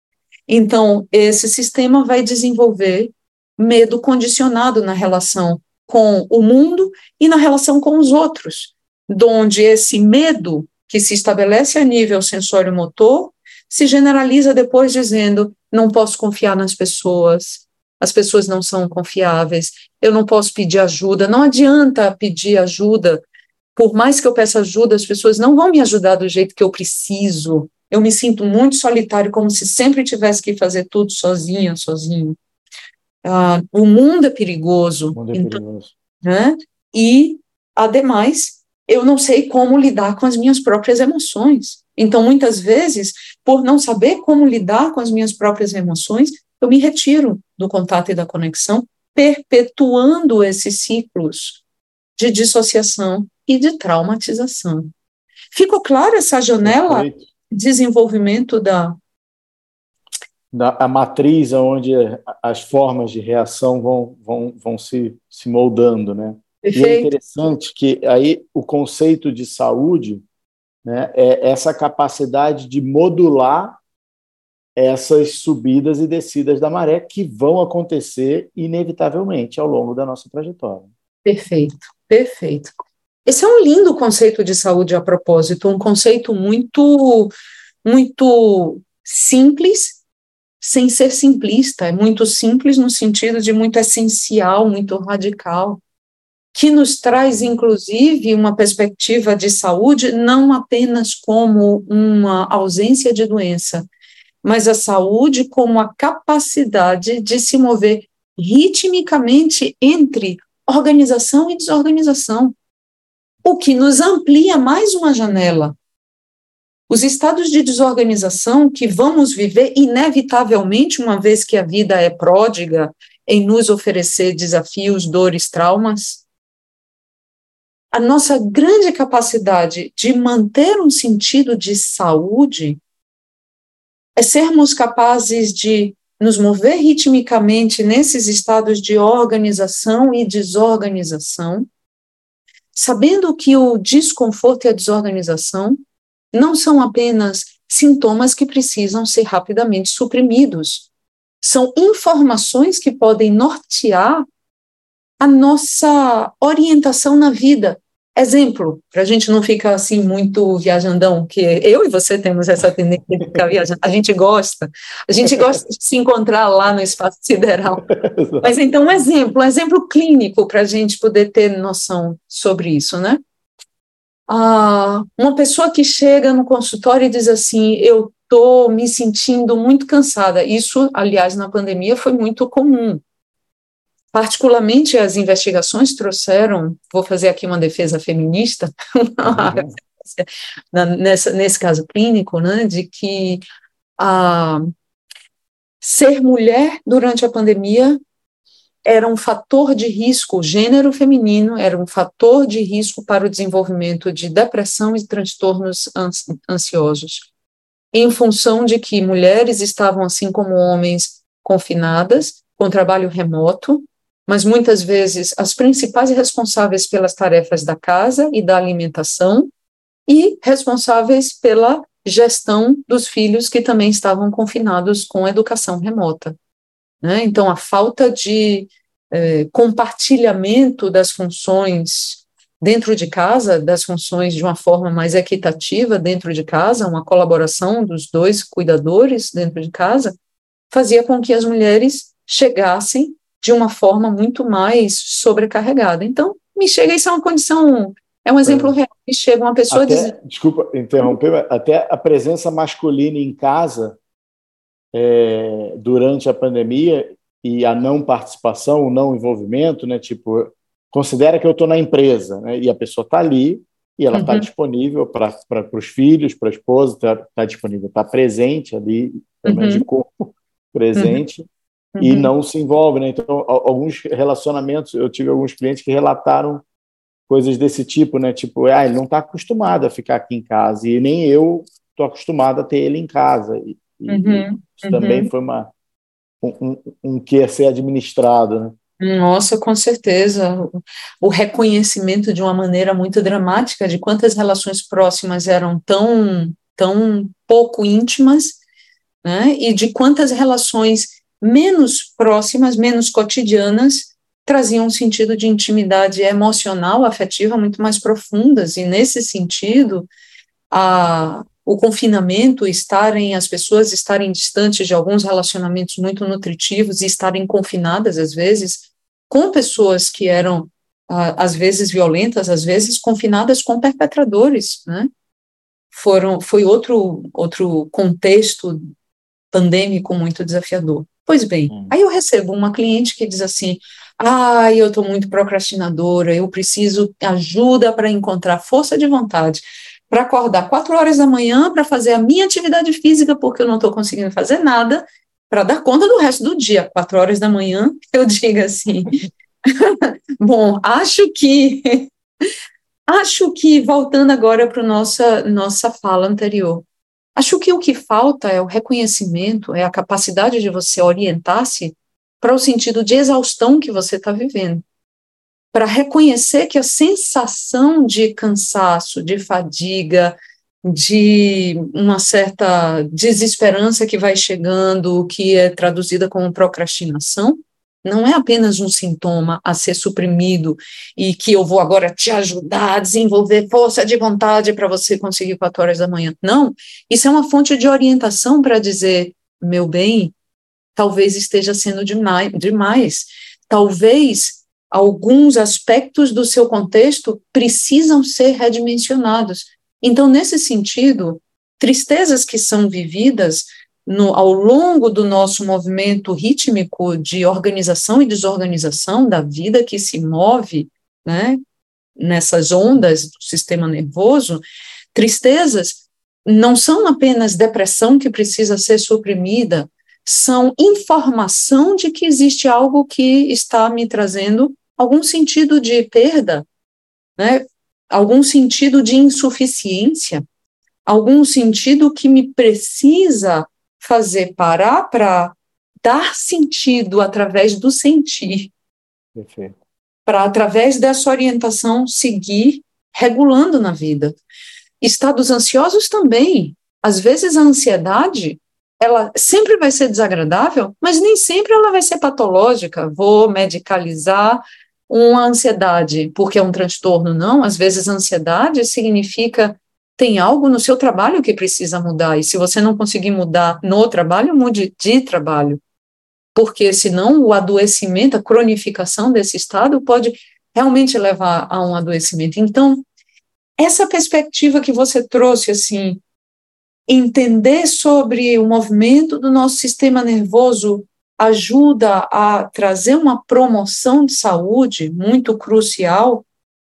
[SPEAKER 3] Então, esse sistema vai desenvolver medo condicionado na relação com o mundo e na relação com os outros, onde esse medo que se estabelece a nível sensório-motor se generaliza depois dizendo: não posso confiar nas pessoas, as pessoas não são confiáveis, eu não posso pedir ajuda, não adianta pedir ajuda, por mais que eu peça ajuda, as pessoas não vão me ajudar do jeito que eu preciso, eu me sinto muito solitário, como se sempre tivesse que fazer tudo sozinha, sozinho. Ah, o mundo é perigoso,
[SPEAKER 2] O mundo é
[SPEAKER 3] então,
[SPEAKER 2] perigoso.
[SPEAKER 3] né? E, ademais, eu não sei como lidar com as minhas próprias emoções. Então, muitas vezes, por não saber como lidar com as minhas próprias emoções, eu me retiro do contato e da conexão, perpetuando esses ciclos de dissociação e de traumatização. Ficou clara essa janela
[SPEAKER 2] Perfeito.
[SPEAKER 3] de desenvolvimento da...
[SPEAKER 2] Da, a matriz onde as formas de reação vão, vão, vão se, se moldando, né?
[SPEAKER 3] Perfeito.
[SPEAKER 2] E é interessante que aí o conceito de saúde, né, é essa capacidade de modular essas subidas e descidas da maré que vão acontecer inevitavelmente ao longo da nossa trajetória.
[SPEAKER 3] Perfeito, perfeito. Esse é um lindo conceito de saúde a propósito, um conceito muito, muito simples, sem ser simplista, é muito simples no sentido de muito essencial, muito radical, que nos traz, inclusive, uma perspectiva de saúde não apenas como uma ausência de doença, mas a saúde como a capacidade de se mover ritmicamente entre organização e desorganização, o que nos amplia mais uma janela. Os estados de desorganização que vamos viver inevitavelmente, uma vez que a vida é pródiga em nos oferecer desafios, dores, traumas, a nossa grande capacidade de manter um sentido de saúde é sermos capazes de nos mover ritmicamente nesses estados de organização e desorganização, sabendo que o desconforto e a desorganização não são apenas sintomas que precisam ser rapidamente suprimidos, são informações que podem nortear a nossa orientação na vida. Exemplo, para a gente não ficar assim muito viajandão, que eu e você temos essa tendência de ficar viajando, a gente gosta, a gente gosta de se encontrar lá no espaço sideral. Mas então, um exemplo, um exemplo clínico para a gente poder ter noção sobre isso, né? Ah, uma pessoa que chega no consultório e diz assim, eu estou me sentindo muito cansada. Isso, aliás, na pandemia foi muito comum. Particularmente, as investigações trouxeram, vou fazer aqui uma defesa feminista, uhum. nessa, nesse caso clínico, né, de que ah, ser mulher durante a pandemia era um fator de risco, o gênero feminino era um fator de risco para o desenvolvimento de depressão e transtornos ansiosos, em função de que mulheres estavam, assim como homens, confinadas, com trabalho remoto, mas muitas vezes as principais responsáveis pelas tarefas da casa e da alimentação e responsáveis pela gestão dos filhos que também estavam confinados com educação remota. Né? Então, a falta de eh, compartilhamento das funções dentro de casa, das funções de uma forma mais equitativa dentro de casa, uma colaboração dos dois cuidadores dentro de casa, fazia com que as mulheres chegassem de uma forma muito mais sobrecarregada. Então, me chega, isso é uma condição, é um exemplo é. real, me chega uma pessoa
[SPEAKER 2] até,
[SPEAKER 3] dizendo...
[SPEAKER 2] Desculpa interromper, mas até a presença masculina em casa, é, durante a pandemia, e a não participação, o não envolvimento, né, tipo, considera que eu estou na empresa, né, e a pessoa está ali, e ela está uhum. disponível para os filhos, para a esposa, está tá disponível, está presente ali, pelo menos uhum. de corpo presente, uhum. Uhum. e não se envolve, né? Então, alguns relacionamentos, eu tive alguns clientes que relataram coisas desse tipo, né? Tipo, ah, ele não está acostumado a ficar aqui em casa, e nem eu estou acostumado a ter ele em casa. E, uhum. e isso uhum. também foi uma, um, um, um que a ser administrado, né?
[SPEAKER 3] Nossa, com certeza. O reconhecimento de uma maneira muito dramática de quantas relações próximas eram tão, tão pouco íntimas, né? E de quantas relações menos próximas, menos cotidianas, traziam um sentido de intimidade emocional, afetiva, muito mais profundas, e nesse sentido, a, o confinamento, estarem, as pessoas estarem distantes de alguns relacionamentos muito nutritivos e estarem confinadas, às vezes, com pessoas que eram, às vezes, violentas, às vezes, confinadas com perpetradores, né? Foram, foi outro, outro contexto pandêmico muito desafiador. Pois bem, hum. aí eu recebo uma cliente que diz assim, ah, eu estou muito procrastinadora, eu preciso ajuda para encontrar força de vontade, para acordar quatro horas da manhã, para fazer a minha atividade física, porque eu não estou conseguindo fazer nada, para dar conta do resto do dia. Quatro horas da manhã, eu digo assim, bom, acho que, acho que, voltando agora para a nossa, nossa fala anterior, acho que o que falta é o reconhecimento, é a capacidade de você orientar-se para o sentido de exaustão que você está vivendo, para reconhecer que a sensação de cansaço, de fadiga, de uma certa desesperança que vai chegando, que é traduzida como procrastinação, não é apenas um sintoma a ser suprimido e que eu vou agora te ajudar a desenvolver força de vontade para você conseguir quatro horas da manhã. Não, isso é uma fonte de orientação para dizer, meu bem, talvez esteja sendo demais, demais. Talvez alguns aspectos do seu contexto precisam ser redimensionados. Então, nesse sentido, tristezas que são vividas No, ao longo do nosso movimento rítmico de organização e desorganização da vida que se move, né, nessas ondas do sistema nervoso, tristezas não são apenas depressão que precisa ser suprimida, são informação de que existe algo que está me trazendo algum sentido de perda, né, algum sentido de insuficiência, algum sentido que me precisa fazer parar para dar sentido através do sentir,
[SPEAKER 2] Perfeito.
[SPEAKER 3] para, através dessa orientação, seguir regulando na vida. Estados ansiosos também. Às vezes a ansiedade, ela sempre vai ser desagradável, mas nem sempre ela vai ser patológica. Vou medicalizar uma ansiedade porque é um transtorno, não. Às vezes a ansiedade significa tem algo no seu trabalho que precisa mudar, e se você não conseguir mudar no trabalho, mude de trabalho. Porque senão o adoecimento, a cronificação desse estado pode realmente levar a um adoecimento. Então, essa perspectiva que você trouxe, assim, entender sobre o movimento do nosso sistema nervoso ajuda a trazer uma promoção de saúde muito crucial,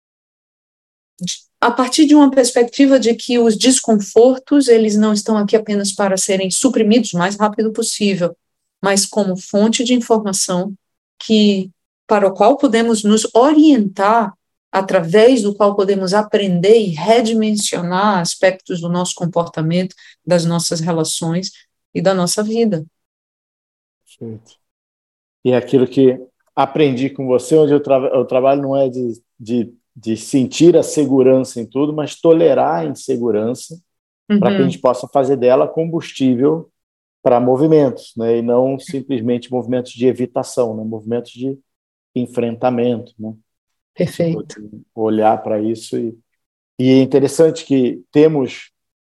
[SPEAKER 3] a partir de uma perspectiva de que os desconfortos, eles não estão aqui apenas para serem suprimidos o mais rápido possível, mas como fonte de informação que, para o qual podemos nos orientar, através do qual podemos aprender e redimensionar aspectos do nosso comportamento, das nossas relações e da nossa vida.
[SPEAKER 2] Perfeito. E é aquilo que aprendi com você, onde eu, tra eu trabalho não é de, de, de sentir a segurança em tudo, mas tolerar a insegurança, uhum, para que a gente possa fazer dela combustível para movimentos, né? E não simplesmente movimentos de evitação, né? Movimentos de enfrentamento, né?
[SPEAKER 3] Perfeito.
[SPEAKER 2] Olhar para isso. E, e é interessante que temos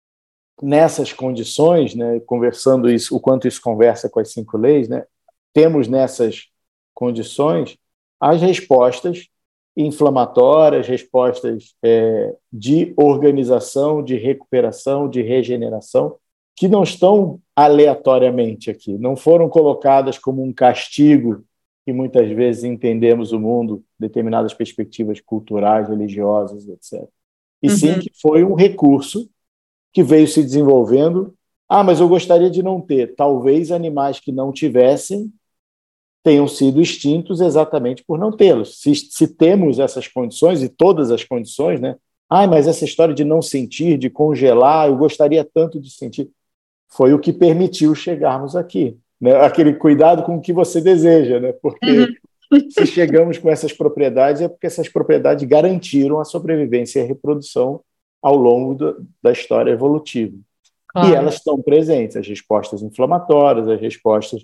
[SPEAKER 2] nessas condições, né, conversando isso, o quanto isso conversa com as cinco leis, né, temos nessas condições as respostas inflamatórias, respostas é, de organização, de recuperação, de regeneração, que não estão aleatoriamente aqui, não foram colocadas como um castigo que muitas vezes entendemos o mundo, determinadas perspectivas culturais, religiosas, etcétera. E uhum, sim que foi um recurso que veio se desenvolvendo. Ah, mas eu gostaria de não ter. Talvez animais que não tivessem tenham sido extintos exatamente por não tê-los. Se, se temos essas condições, e todas as condições, né? Ah, mas essa história de não sentir, de congelar, eu gostaria tanto de sentir, foi o que permitiu chegarmos aqui. Né? Aquele cuidado com o que você deseja, né? Porque uhum, se chegamos com essas propriedades é porque essas propriedades garantiram a sobrevivência e a reprodução ao longo do, da história evolutiva. Claro. E elas estão presentes, as respostas inflamatórias, as respostas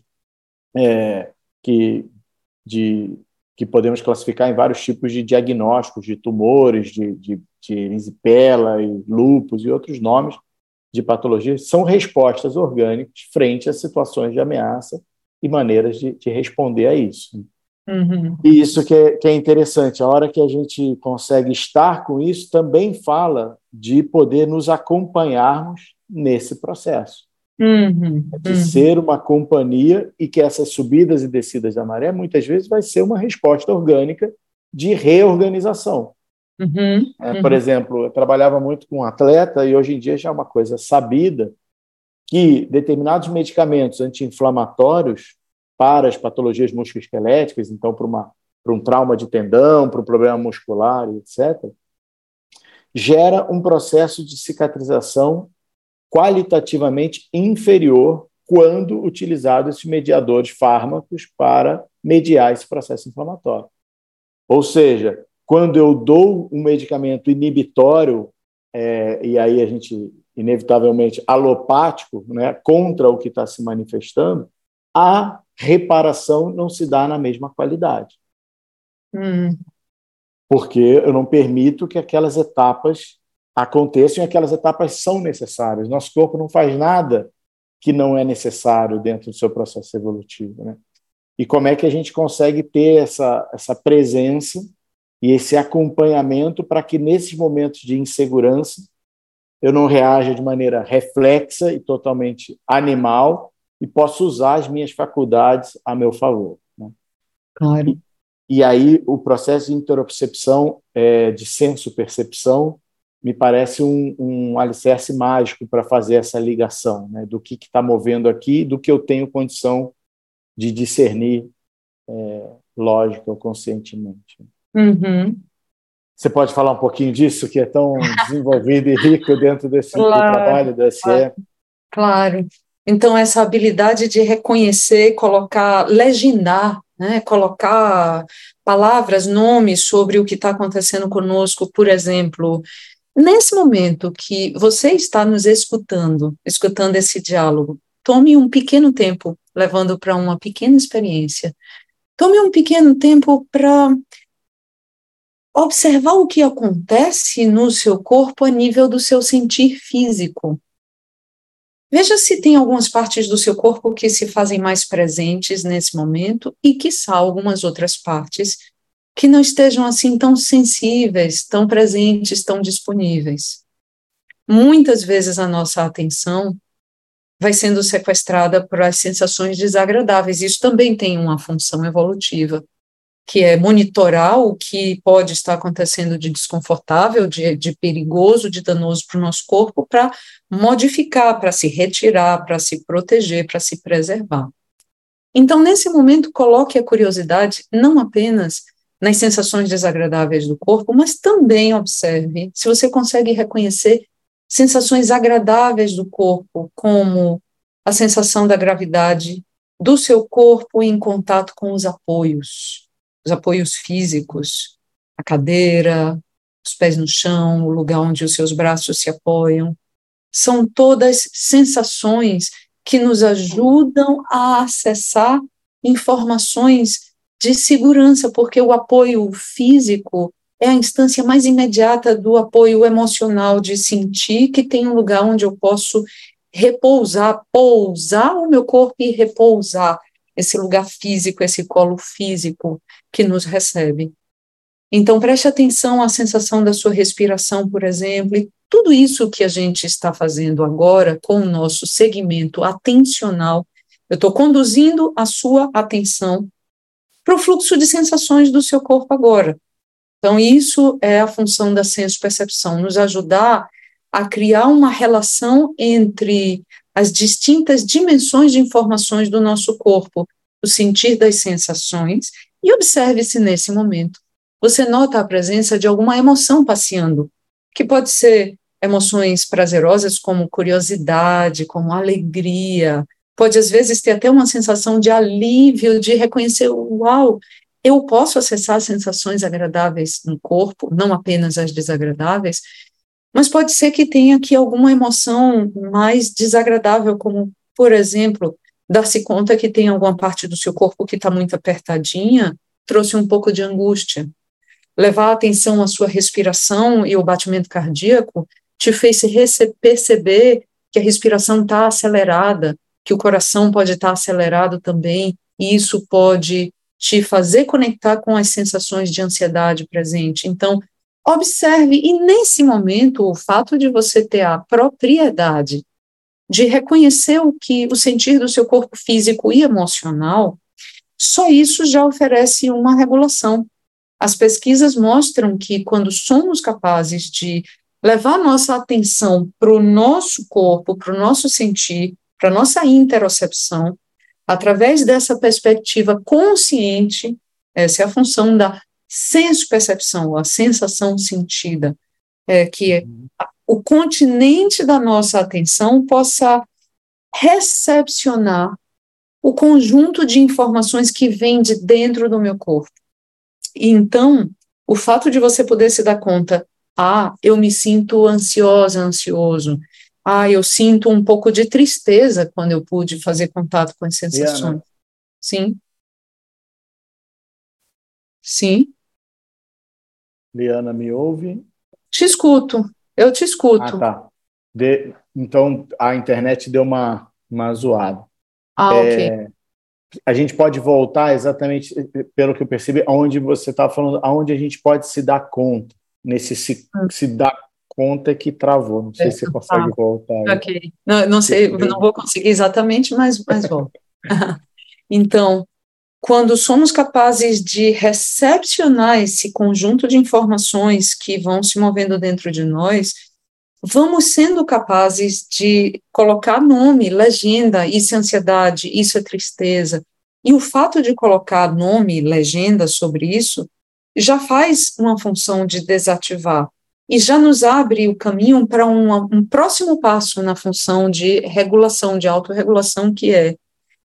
[SPEAKER 2] é, que, de, que podemos classificar em vários tipos de diagnósticos de tumores, de, de, de erisipela e lúpus e outros nomes de patologias, são respostas orgânicas frente a situações de ameaça e maneiras de, de responder a isso. Uhum. E isso que é, que é interessante, a hora que a gente consegue estar com isso, também fala de poder nos acompanharmos nesse processo. Uhum. De uhum. ser uma companhia, e que essas subidas e descidas da maré, muitas vezes, vai ser uma resposta orgânica de reorganização. Uhum. É, por uhum. exemplo, eu trabalhava muito com um atleta, e hoje em dia já é uma coisa sabida, que determinados medicamentos anti-inflamatórios para as patologias musculoesqueléticas, então para, uma, para um trauma de tendão, para um problema muscular, etcétera, gera um processo de cicatrização qualitativamente inferior quando utilizados esses mediadores fármacos para mediar esse processo inflamatório. Ou seja, quando eu dou um medicamento inibitório, é, e aí a gente, inevitavelmente, alopático, né, contra o que está se manifestando, a reparação não se dá na mesma qualidade. Hum. Porque eu não permito que aquelas etapas aconteçam, e aquelas etapas são necessárias. Nosso corpo não faz nada que não é necessário dentro do seu processo evolutivo, né? E como é que a gente consegue ter essa, essa presença e esse acompanhamento para que, nesses momentos de insegurança, eu não reaja de maneira reflexa e totalmente animal e possa usar as minhas faculdades a meu favor, né?
[SPEAKER 3] Claro.
[SPEAKER 2] E, e aí o processo de interocepção, é, de senso-percepção, me parece um, um alicerce mágico para fazer essa ligação, né, do que está movendo aqui, do que eu tenho condição de discernir, é, lógica ou conscientemente. Uhum. Você pode falar um pouquinho disso, que é tão desenvolvido e rico dentro desse
[SPEAKER 3] claro,
[SPEAKER 2] trabalho da S E?
[SPEAKER 3] Claro. claro. Então, essa habilidade de reconhecer, colocar, legendar, né, colocar palavras, nomes sobre o que está acontecendo conosco, por exemplo, nesse momento que você está nos escutando, escutando esse diálogo, tome um pequeno tempo, levando para uma pequena experiência, tome um pequeno tempo para observar o que acontece no seu corpo a nível do seu sentir físico. Veja se tem algumas partes do seu corpo que se fazem mais presentes nesse momento e, quiçá, algumas outras partes que não estejam assim tão sensíveis, tão presentes, tão disponíveis. Muitas vezes a nossa atenção vai sendo sequestrada por as sensações desagradáveis. Isso também tem uma função evolutiva, que é monitorar o que pode estar acontecendo de desconfortável, de, de perigoso, de danoso para o nosso corpo, para modificar, para se retirar, para se proteger, para se preservar. Então, nesse momento, coloque a curiosidade não apenas nas sensações desagradáveis do corpo, mas também observe se você consegue reconhecer sensações agradáveis do corpo, como a sensação da gravidade do seu corpo em contato com os apoios, os apoios físicos, a cadeira, os pés no chão, o lugar onde os seus braços se apoiam. São todas sensações que nos ajudam a acessar informações de segurança, porque o apoio físico é a instância mais imediata do apoio emocional, de sentir que tem um lugar onde eu posso repousar, pousar o meu corpo e repousar, esse lugar físico, esse colo físico que nos recebe. Então, preste atenção à sensação da sua respiração, por exemplo, e tudo isso que a gente está fazendo agora com o nosso segmento atencional, eu estou conduzindo a sua atenção para o fluxo de sensações do seu corpo agora. Então, isso é a função da senso-percepção, nos ajudar a criar uma relação entre as distintas dimensões de informações do nosso corpo, o sentir das sensações, e observe se nesse momento você nota a presença de alguma emoção passeando, que pode ser emoções prazerosas como curiosidade, como alegria, pode às vezes ter até uma sensação de alívio, de reconhecer, uau, eu posso acessar sensações agradáveis no corpo, não apenas as desagradáveis, mas pode ser que tenha aqui alguma emoção mais desagradável, como, por exemplo, dar-se conta que tem alguma parte do seu corpo que está muito apertadinha, trouxe um pouco de angústia. Levar a atenção à sua respiração e o batimento cardíaco te fez perceber que a respiração está acelerada, que o coração pode estar acelerado também, e isso pode te fazer conectar com as sensações de ansiedade presente. Então, observe, e nesse momento, o fato de você ter a propriedade de reconhecer o que o sentir do seu corpo físico e emocional, só isso já oferece uma regulação. As pesquisas mostram que quando somos capazes de levar nossa atenção para o nosso corpo, para o nosso sentir, para a nossa interocepção, através dessa perspectiva consciente, essa é a função da senso-percepção, a sensação sentida, é que é o continente da nossa atenção possa recepcionar o conjunto de informações que vem de dentro do meu corpo. E então, o fato de você poder se dar conta, ah, eu me sinto ansiosa, ansioso, ah, eu sinto um pouco de tristeza quando eu pude fazer contato com as sensações.
[SPEAKER 2] Liana.
[SPEAKER 3] Sim. Sim.
[SPEAKER 2] Liana, me ouve?
[SPEAKER 3] Te escuto, eu te escuto.
[SPEAKER 2] Ah, tá. De... Então, a internet deu uma, uma zoada.
[SPEAKER 3] Ah,
[SPEAKER 2] é...
[SPEAKER 3] ok.
[SPEAKER 2] A gente pode voltar exatamente, pelo que eu percebi, aonde você está falando, aonde a gente pode se dar conta, nesse se, hum. se dar conta que travou. Não sei é, se você consegue ah, voltar. Aí.
[SPEAKER 3] Ok. Não, não sei, não vou conseguir exatamente, mas, mas volto. Então, quando somos capazes de recepcionar esse conjunto de informações que vão se movendo dentro de nós, vamos sendo capazes de colocar nome, legenda, isso é ansiedade, isso é tristeza. E o fato de colocar nome, legenda sobre isso, já faz uma função de desativar. e já nos abre o caminho para um, um próximo passo na função de regulação, de autorregulação, que é: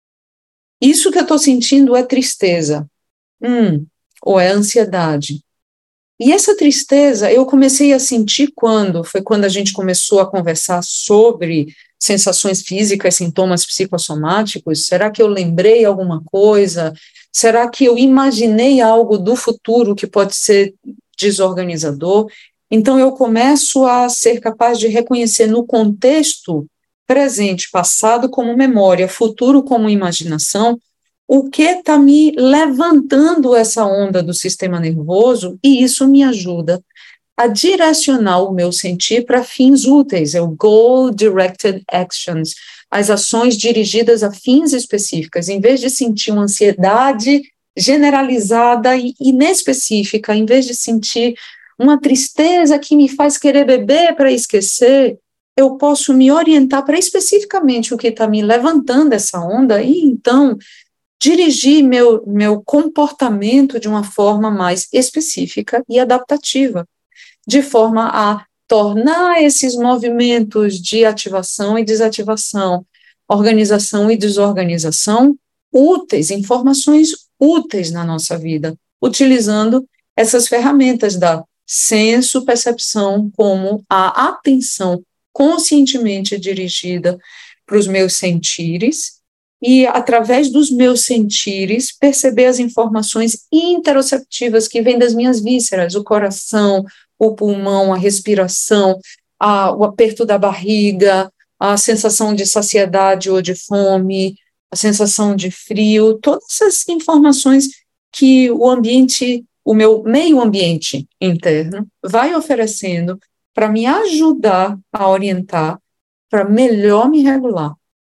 [SPEAKER 3] isso que eu estou sentindo é tristeza, hum, ou é ansiedade. E essa tristeza eu comecei a sentir quando? Foi quando a gente começou a conversar sobre sensações físicas, sintomas psicossomáticos. Será que eu lembrei alguma coisa? Será que eu imaginei algo do futuro que pode ser desorganizador? Então eu começo a ser capaz de reconhecer no contexto presente, passado como memória, futuro como imaginação, o que está me levantando essa onda do sistema nervoso, e isso me ajuda a direcionar o meu sentir para fins úteis, é o goal-directed actions, as ações dirigidas a fins específicas, em vez de sentir uma ansiedade generalizada e inespecífica, em vez de sentir uma tristeza que me faz querer beber para esquecer, eu posso me orientar para especificamente o que está me levantando essa onda e, então, dirigir meu, meu comportamento de uma forma mais específica e adaptativa, de forma a tornar esses movimentos de ativação e desativação, organização e desorganização úteis, informações úteis na nossa vida, utilizando essas ferramentas da senso-percepção como a atenção conscientemente dirigida para os meus sentires e, através dos meus sentires, perceber as informações interoceptivas que vêm das minhas vísceras, o coração, o pulmão, a respiração, a, o aperto da barriga, a sensação de saciedade ou de fome, a sensação de frio, todas essas informações que o ambiente, o meu meio ambiente interno vai oferecendo para me ajudar a orientar, para melhor me regular.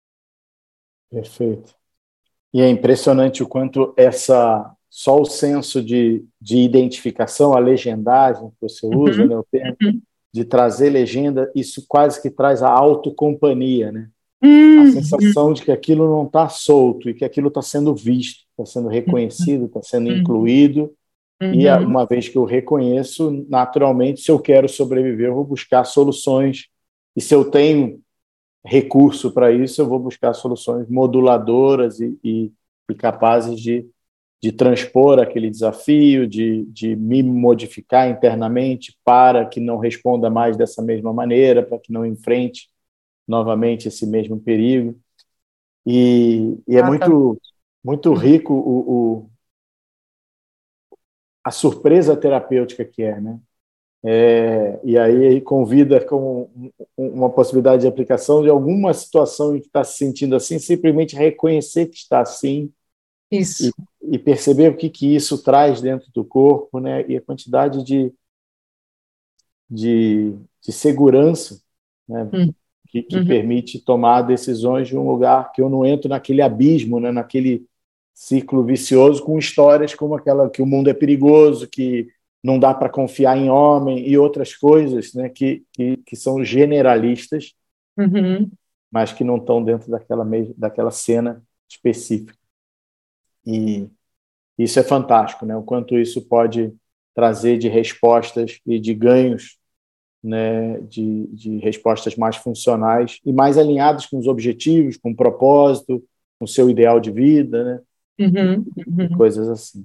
[SPEAKER 2] Perfeito. E é impressionante o quanto essa, só o senso de, de identificação, a legendagem que você usa, uhum. né, o termo, uhum. de trazer legenda, isso quase que traz a autocompanhia, né? Uhum. A sensação de que aquilo não está solto e que aquilo está sendo visto, está sendo reconhecido, está sendo uhum. incluído. Uhum. E uma vez que eu reconheço, naturalmente, se eu quero sobreviver, eu vou buscar soluções. E se eu tenho recurso para isso, eu vou buscar soluções moduladoras e, e, e capazes de, de transpor aquele desafio, de, de me modificar internamente para que não responda mais dessa mesma maneira, para que não enfrente novamente esse mesmo perigo. E, e é ah, muito, muito rico o, o, a surpresa terapêutica que é, né? É, e aí convida com uma possibilidade de aplicação de alguma situação em que está se sentindo assim, simplesmente reconhecer que está assim.
[SPEAKER 3] Isso.
[SPEAKER 2] E, e perceber o que, que isso traz dentro do corpo, né? E a quantidade de, de, de segurança, né? Hum. que, que uhum. permite tomar decisões de um lugar que eu não entro naquele abismo, né? Naquele ciclo vicioso com histórias como aquela que o mundo é perigoso, que não dá para confiar em homem e outras coisas, né, que, que, que são generalistas,
[SPEAKER 3] uhum.
[SPEAKER 2] mas que não estão dentro daquela, daquela cena específica. E isso é fantástico, né, o quanto isso pode trazer de respostas e de ganhos, né, de, de respostas mais funcionais e mais alinhadas com os objetivos, com o propósito, com o seu ideal de vida, né,
[SPEAKER 3] uhum. Uhum.
[SPEAKER 2] e coisas assim.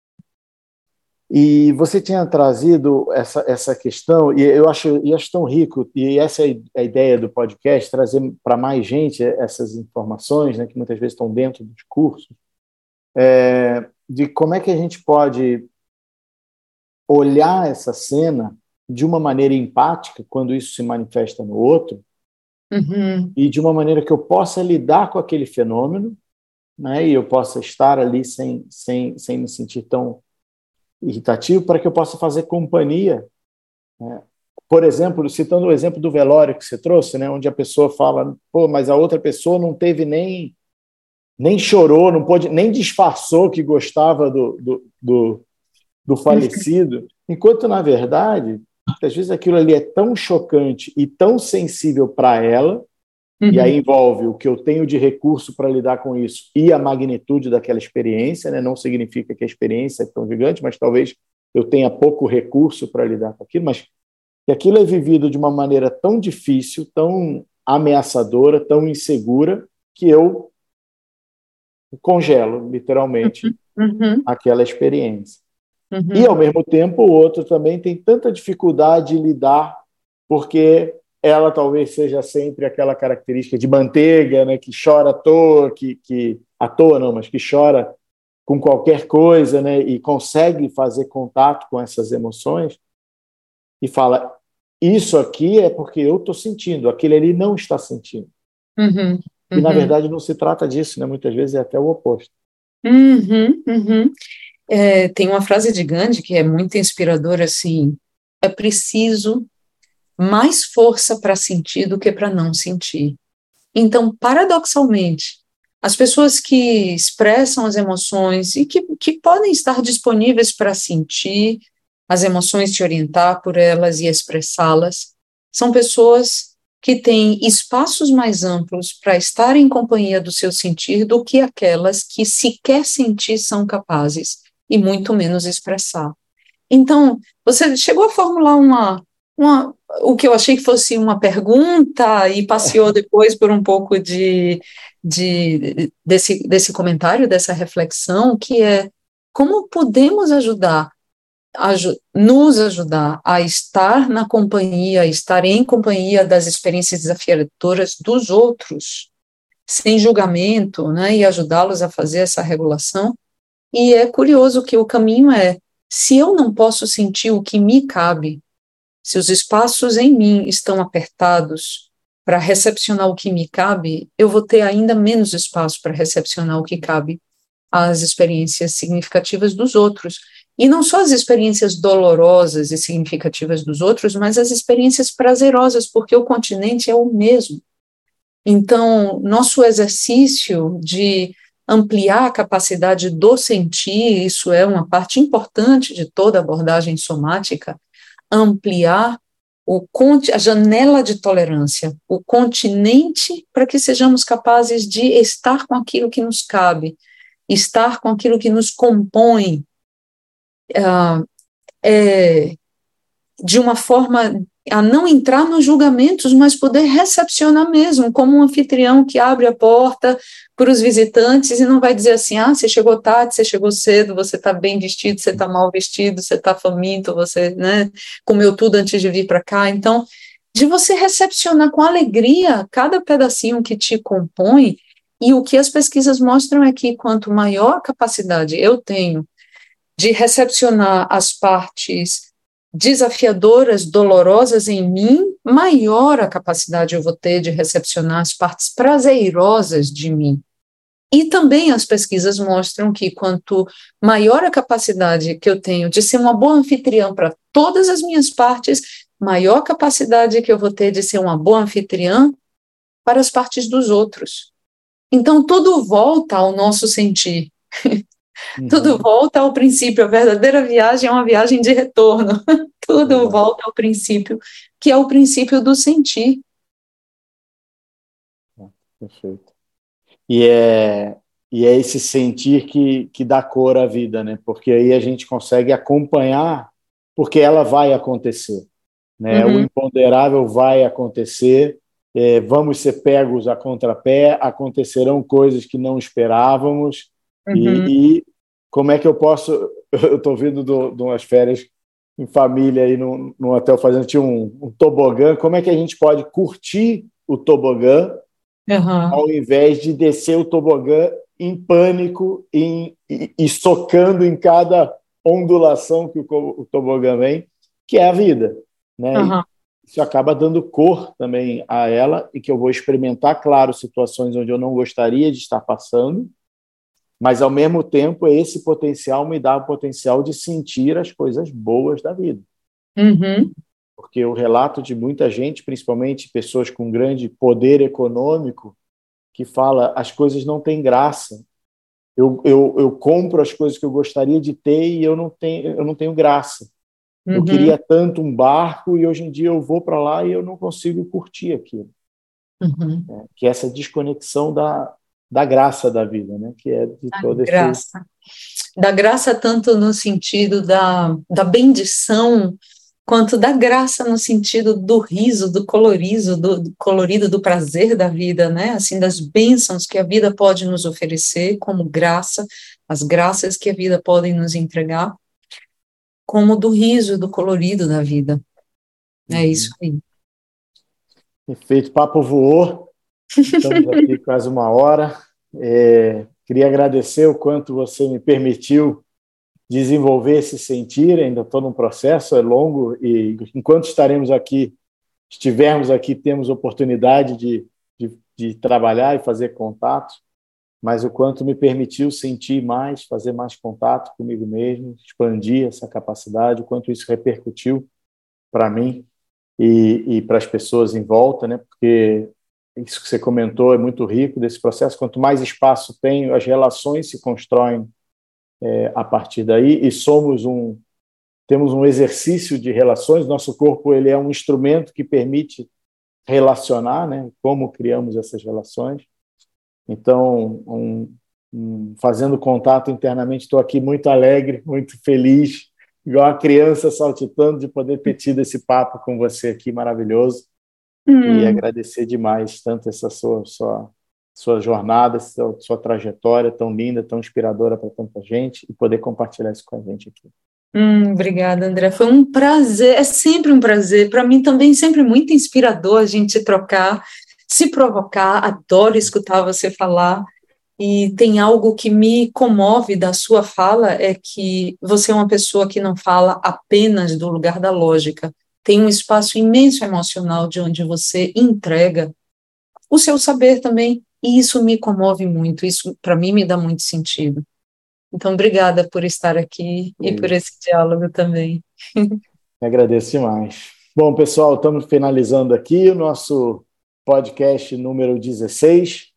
[SPEAKER 2] E você tinha trazido essa, essa questão, e eu acho, eu acho tão rico, e essa é a ideia do podcast, trazer para mais gente essas informações, né, que muitas vezes estão dentro dos cursos, é, de como é que a gente pode olhar essa cena de uma maneira empática, quando isso se manifesta no outro,
[SPEAKER 3] uhum.
[SPEAKER 2] e de uma maneira que eu possa lidar com aquele fenômeno, né, e eu possa estar ali sem, sem, sem me sentir tão irritativo, para que eu possa fazer companhia, né? Por exemplo, citando o exemplo do velório que você trouxe, né, onde a pessoa fala, pô, mas a outra pessoa não teve nem nem chorou, não pôde, nem disfarçou que gostava do, do, do, do falecido, enquanto, na verdade, às vezes aquilo ali é tão chocante e tão sensível para ela, uhum. e aí envolve o que eu tenho de recurso para lidar com isso e a magnitude daquela experiência, né? Não significa que a experiência é tão gigante, mas talvez eu tenha pouco recurso para lidar com aquilo, mas que aquilo é vivido de uma maneira tão difícil, tão ameaçadora, tão insegura, que eu congelo, literalmente,
[SPEAKER 3] Uhum.
[SPEAKER 2] aquela experiência.
[SPEAKER 3] Uhum.
[SPEAKER 2] E, ao mesmo tempo, o outro também tem tanta dificuldade de lidar, porque ela talvez seja sempre aquela característica de manteiga, né, que chora à toa, que, que à toa não, mas que chora com qualquer coisa, né, e consegue fazer contato com essas emoções, e fala, isso aqui é porque eu estou sentindo, aquele ali não está sentindo.
[SPEAKER 3] Uhum.
[SPEAKER 2] E, na
[SPEAKER 3] Uhum.
[SPEAKER 2] verdade, não se trata disso, né? Muitas vezes é até o oposto.
[SPEAKER 3] Uhum. Uhum. É, tem uma frase de Gandhi que é muito inspiradora, assim, é preciso mais força para sentir do que para não sentir. Então, paradoxalmente, as pessoas que expressam as emoções e que, que podem estar disponíveis para sentir as emoções, te orientar por elas e expressá-las, são pessoas que têm espaços mais amplos para estar em companhia do seu sentir do que aquelas que sequer sentir são capazes e muito menos expressar. Então, você chegou a formular uma, uma, o que eu achei que fosse uma pergunta e passeou depois por um pouco de, de desse, desse comentário, dessa reflexão, que é como podemos ajudar, aju, nos ajudar a estar na companhia, estar em companhia das experiências desafiadoras dos outros, sem julgamento, né, e ajudá-los a fazer essa regulação. E é curioso que o caminho é, se eu não posso sentir o que me cabe, se os espaços em mim estão apertados para recepcionar o que me cabe, eu vou ter ainda menos espaço para recepcionar o que cabe às experiências significativas dos outros. E não só as experiências dolorosas e significativas dos outros, mas as experiências prazerosas, porque o continente é o mesmo. Então, nosso exercício de ampliar a capacidade do sentir, isso é uma parte importante de toda abordagem somática, ampliar o, a janela de tolerância, o continente, para que sejamos capazes de estar com aquilo que nos cabe, estar com aquilo que nos compõe, uh, é, de uma forma a não entrar nos julgamentos, mas poder recepcionar mesmo, como um anfitrião que abre a porta para os visitantes e não vai dizer assim, ah, você chegou tarde, você chegou cedo, você está bem vestido, você está mal vestido, você está faminto, você, né, comeu tudo antes de vir para cá. Então, de você recepcionar com alegria cada pedacinho que te compõe, e o que as pesquisas mostram é que quanto maior capacidade eu tenho de recepcionar as partes desafiadoras, dolorosas em mim, maior a capacidade eu vou ter de recepcionar as partes prazerosas de mim. E também as pesquisas mostram que quanto maior a capacidade que eu tenho de ser uma boa anfitriã para todas as minhas partes, maior a capacidade que eu vou ter de ser uma boa anfitriã para as partes dos outros. Então, tudo volta ao nosso sentir. Uhum. Tudo volta ao princípio, a verdadeira viagem é uma viagem de retorno. Tudo uhum. volta ao princípio, que é o princípio do sentir.
[SPEAKER 2] Perfeito. E é, e é esse sentir que, que dá cor à vida, né? Porque aí a gente consegue acompanhar, porque ela vai acontecer. Né? Uhum. O imponderável vai acontecer, é, vamos ser pegos a contrapé, acontecerão coisas que não esperávamos. Uhum. E, e como é que eu posso... Eu estou vindo de umas férias em família aí no, no hotel fazendo tinha um, um tobogã. Como é que a gente pode curtir o tobogã uhum. ao invés de descer o tobogã em pânico em, e, e socando em cada ondulação que o, o tobogã vem, que é a vida, né? Uhum. Isso acaba dando cor também a ela, e que eu vou experimentar, claro, situações onde eu não gostaria de estar passando, mas, ao mesmo tempo, esse potencial me dá o potencial de sentir as coisas boas da vida.
[SPEAKER 3] Uhum.
[SPEAKER 2] Porque o relato de muita gente, principalmente pessoas com grande poder econômico, que fala as coisas não têm graça. Eu, eu, eu compro as coisas que eu gostaria de ter e eu não tenho, eu não tenho graça. Uhum. Eu queria tanto um barco e hoje em dia eu vou para lá e eu não consigo curtir aquilo.
[SPEAKER 3] Uhum.
[SPEAKER 2] É, que é essa desconexão da... da graça da vida, né? Que é de
[SPEAKER 3] da
[SPEAKER 2] todo
[SPEAKER 3] graça.
[SPEAKER 2] esse...
[SPEAKER 3] Da graça tanto no sentido da, da bendição quanto da graça no sentido do riso, do colorido, do, do colorido, do prazer da vida, né? Assim, das bênçãos que a vida pode nos oferecer como graça, as graças que a vida pode nos entregar, como do riso, do colorido da vida. É
[SPEAKER 2] Uhum.
[SPEAKER 3] isso aí.
[SPEAKER 2] Perfeito, papo voou. Estamos aqui quase uma hora. É, queria agradecer o quanto você me permitiu desenvolver esse sentir. Ainda estou num processo, é longo, e enquanto estaremos aqui, estivermos aqui, temos oportunidade de, de, de trabalhar e fazer contato, mas o quanto me permitiu sentir mais, fazer mais contato comigo mesmo, expandir essa capacidade, o quanto isso repercutiu para mim e, e para as pessoas em volta, né? Porque isso que você comentou é muito rico desse processo. Quanto mais espaço tem, as relações se constroem é, a partir daí, e somos um, temos um exercício de relações. Nosso corpo, ele é um instrumento que permite relacionar, né? Como criamos essas relações. Então, um, um, fazendo contato internamente, estou aqui muito alegre, muito feliz, igual a criança saltitando de poder ter tido esse papo com você aqui, maravilhoso. Hum. E agradecer demais tanto essa sua, sua, sua jornada, sua, sua trajetória tão linda, tão inspiradora para tanta gente, e poder compartilhar isso com a gente aqui.
[SPEAKER 3] Hum, obrigada, André. Foi um prazer, é sempre um prazer. Para mim também sempre muito inspirador a gente trocar, se provocar. Adoro escutar você falar. E tem algo que me comove da sua fala, é que você é uma pessoa que não fala apenas do lugar da lógica. Tem um espaço imenso emocional de onde você entrega o seu saber também, e isso me comove muito, isso para mim me dá muito sentido. Então, obrigada por estar aqui é. e por esse diálogo também.
[SPEAKER 2] Agradeço demais. Bom, pessoal, estamos finalizando aqui o nosso podcast número dezesseis,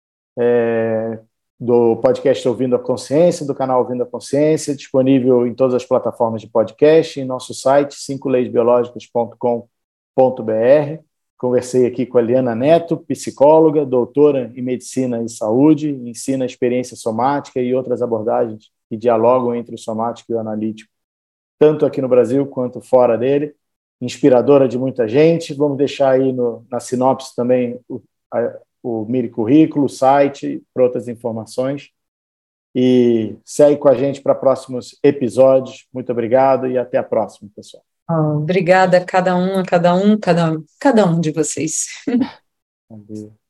[SPEAKER 2] é, do podcast Ouvindo a Consciência, do canal Ouvindo a Consciência, disponível em todas as plataformas de podcast, em nosso site, cinco leis biológicas ponto com ponto b r. Conversei aqui com a Eliana Neto, psicóloga, doutora em Medicina e Saúde, ensina a experiência somática e outras abordagens que dialogam entre o somático e o analítico, tanto aqui no Brasil quanto fora dele. Inspiradora de muita gente. Vamos deixar aí no, na sinopse também o, a, o Miri Currículo, o site, para outras informações. E segue com a gente para próximos episódios. Muito obrigado e até a próxima, pessoal.
[SPEAKER 3] Oh, obrigada a cada um, a cada um, cada, cada um de vocês.
[SPEAKER 2] Valeu.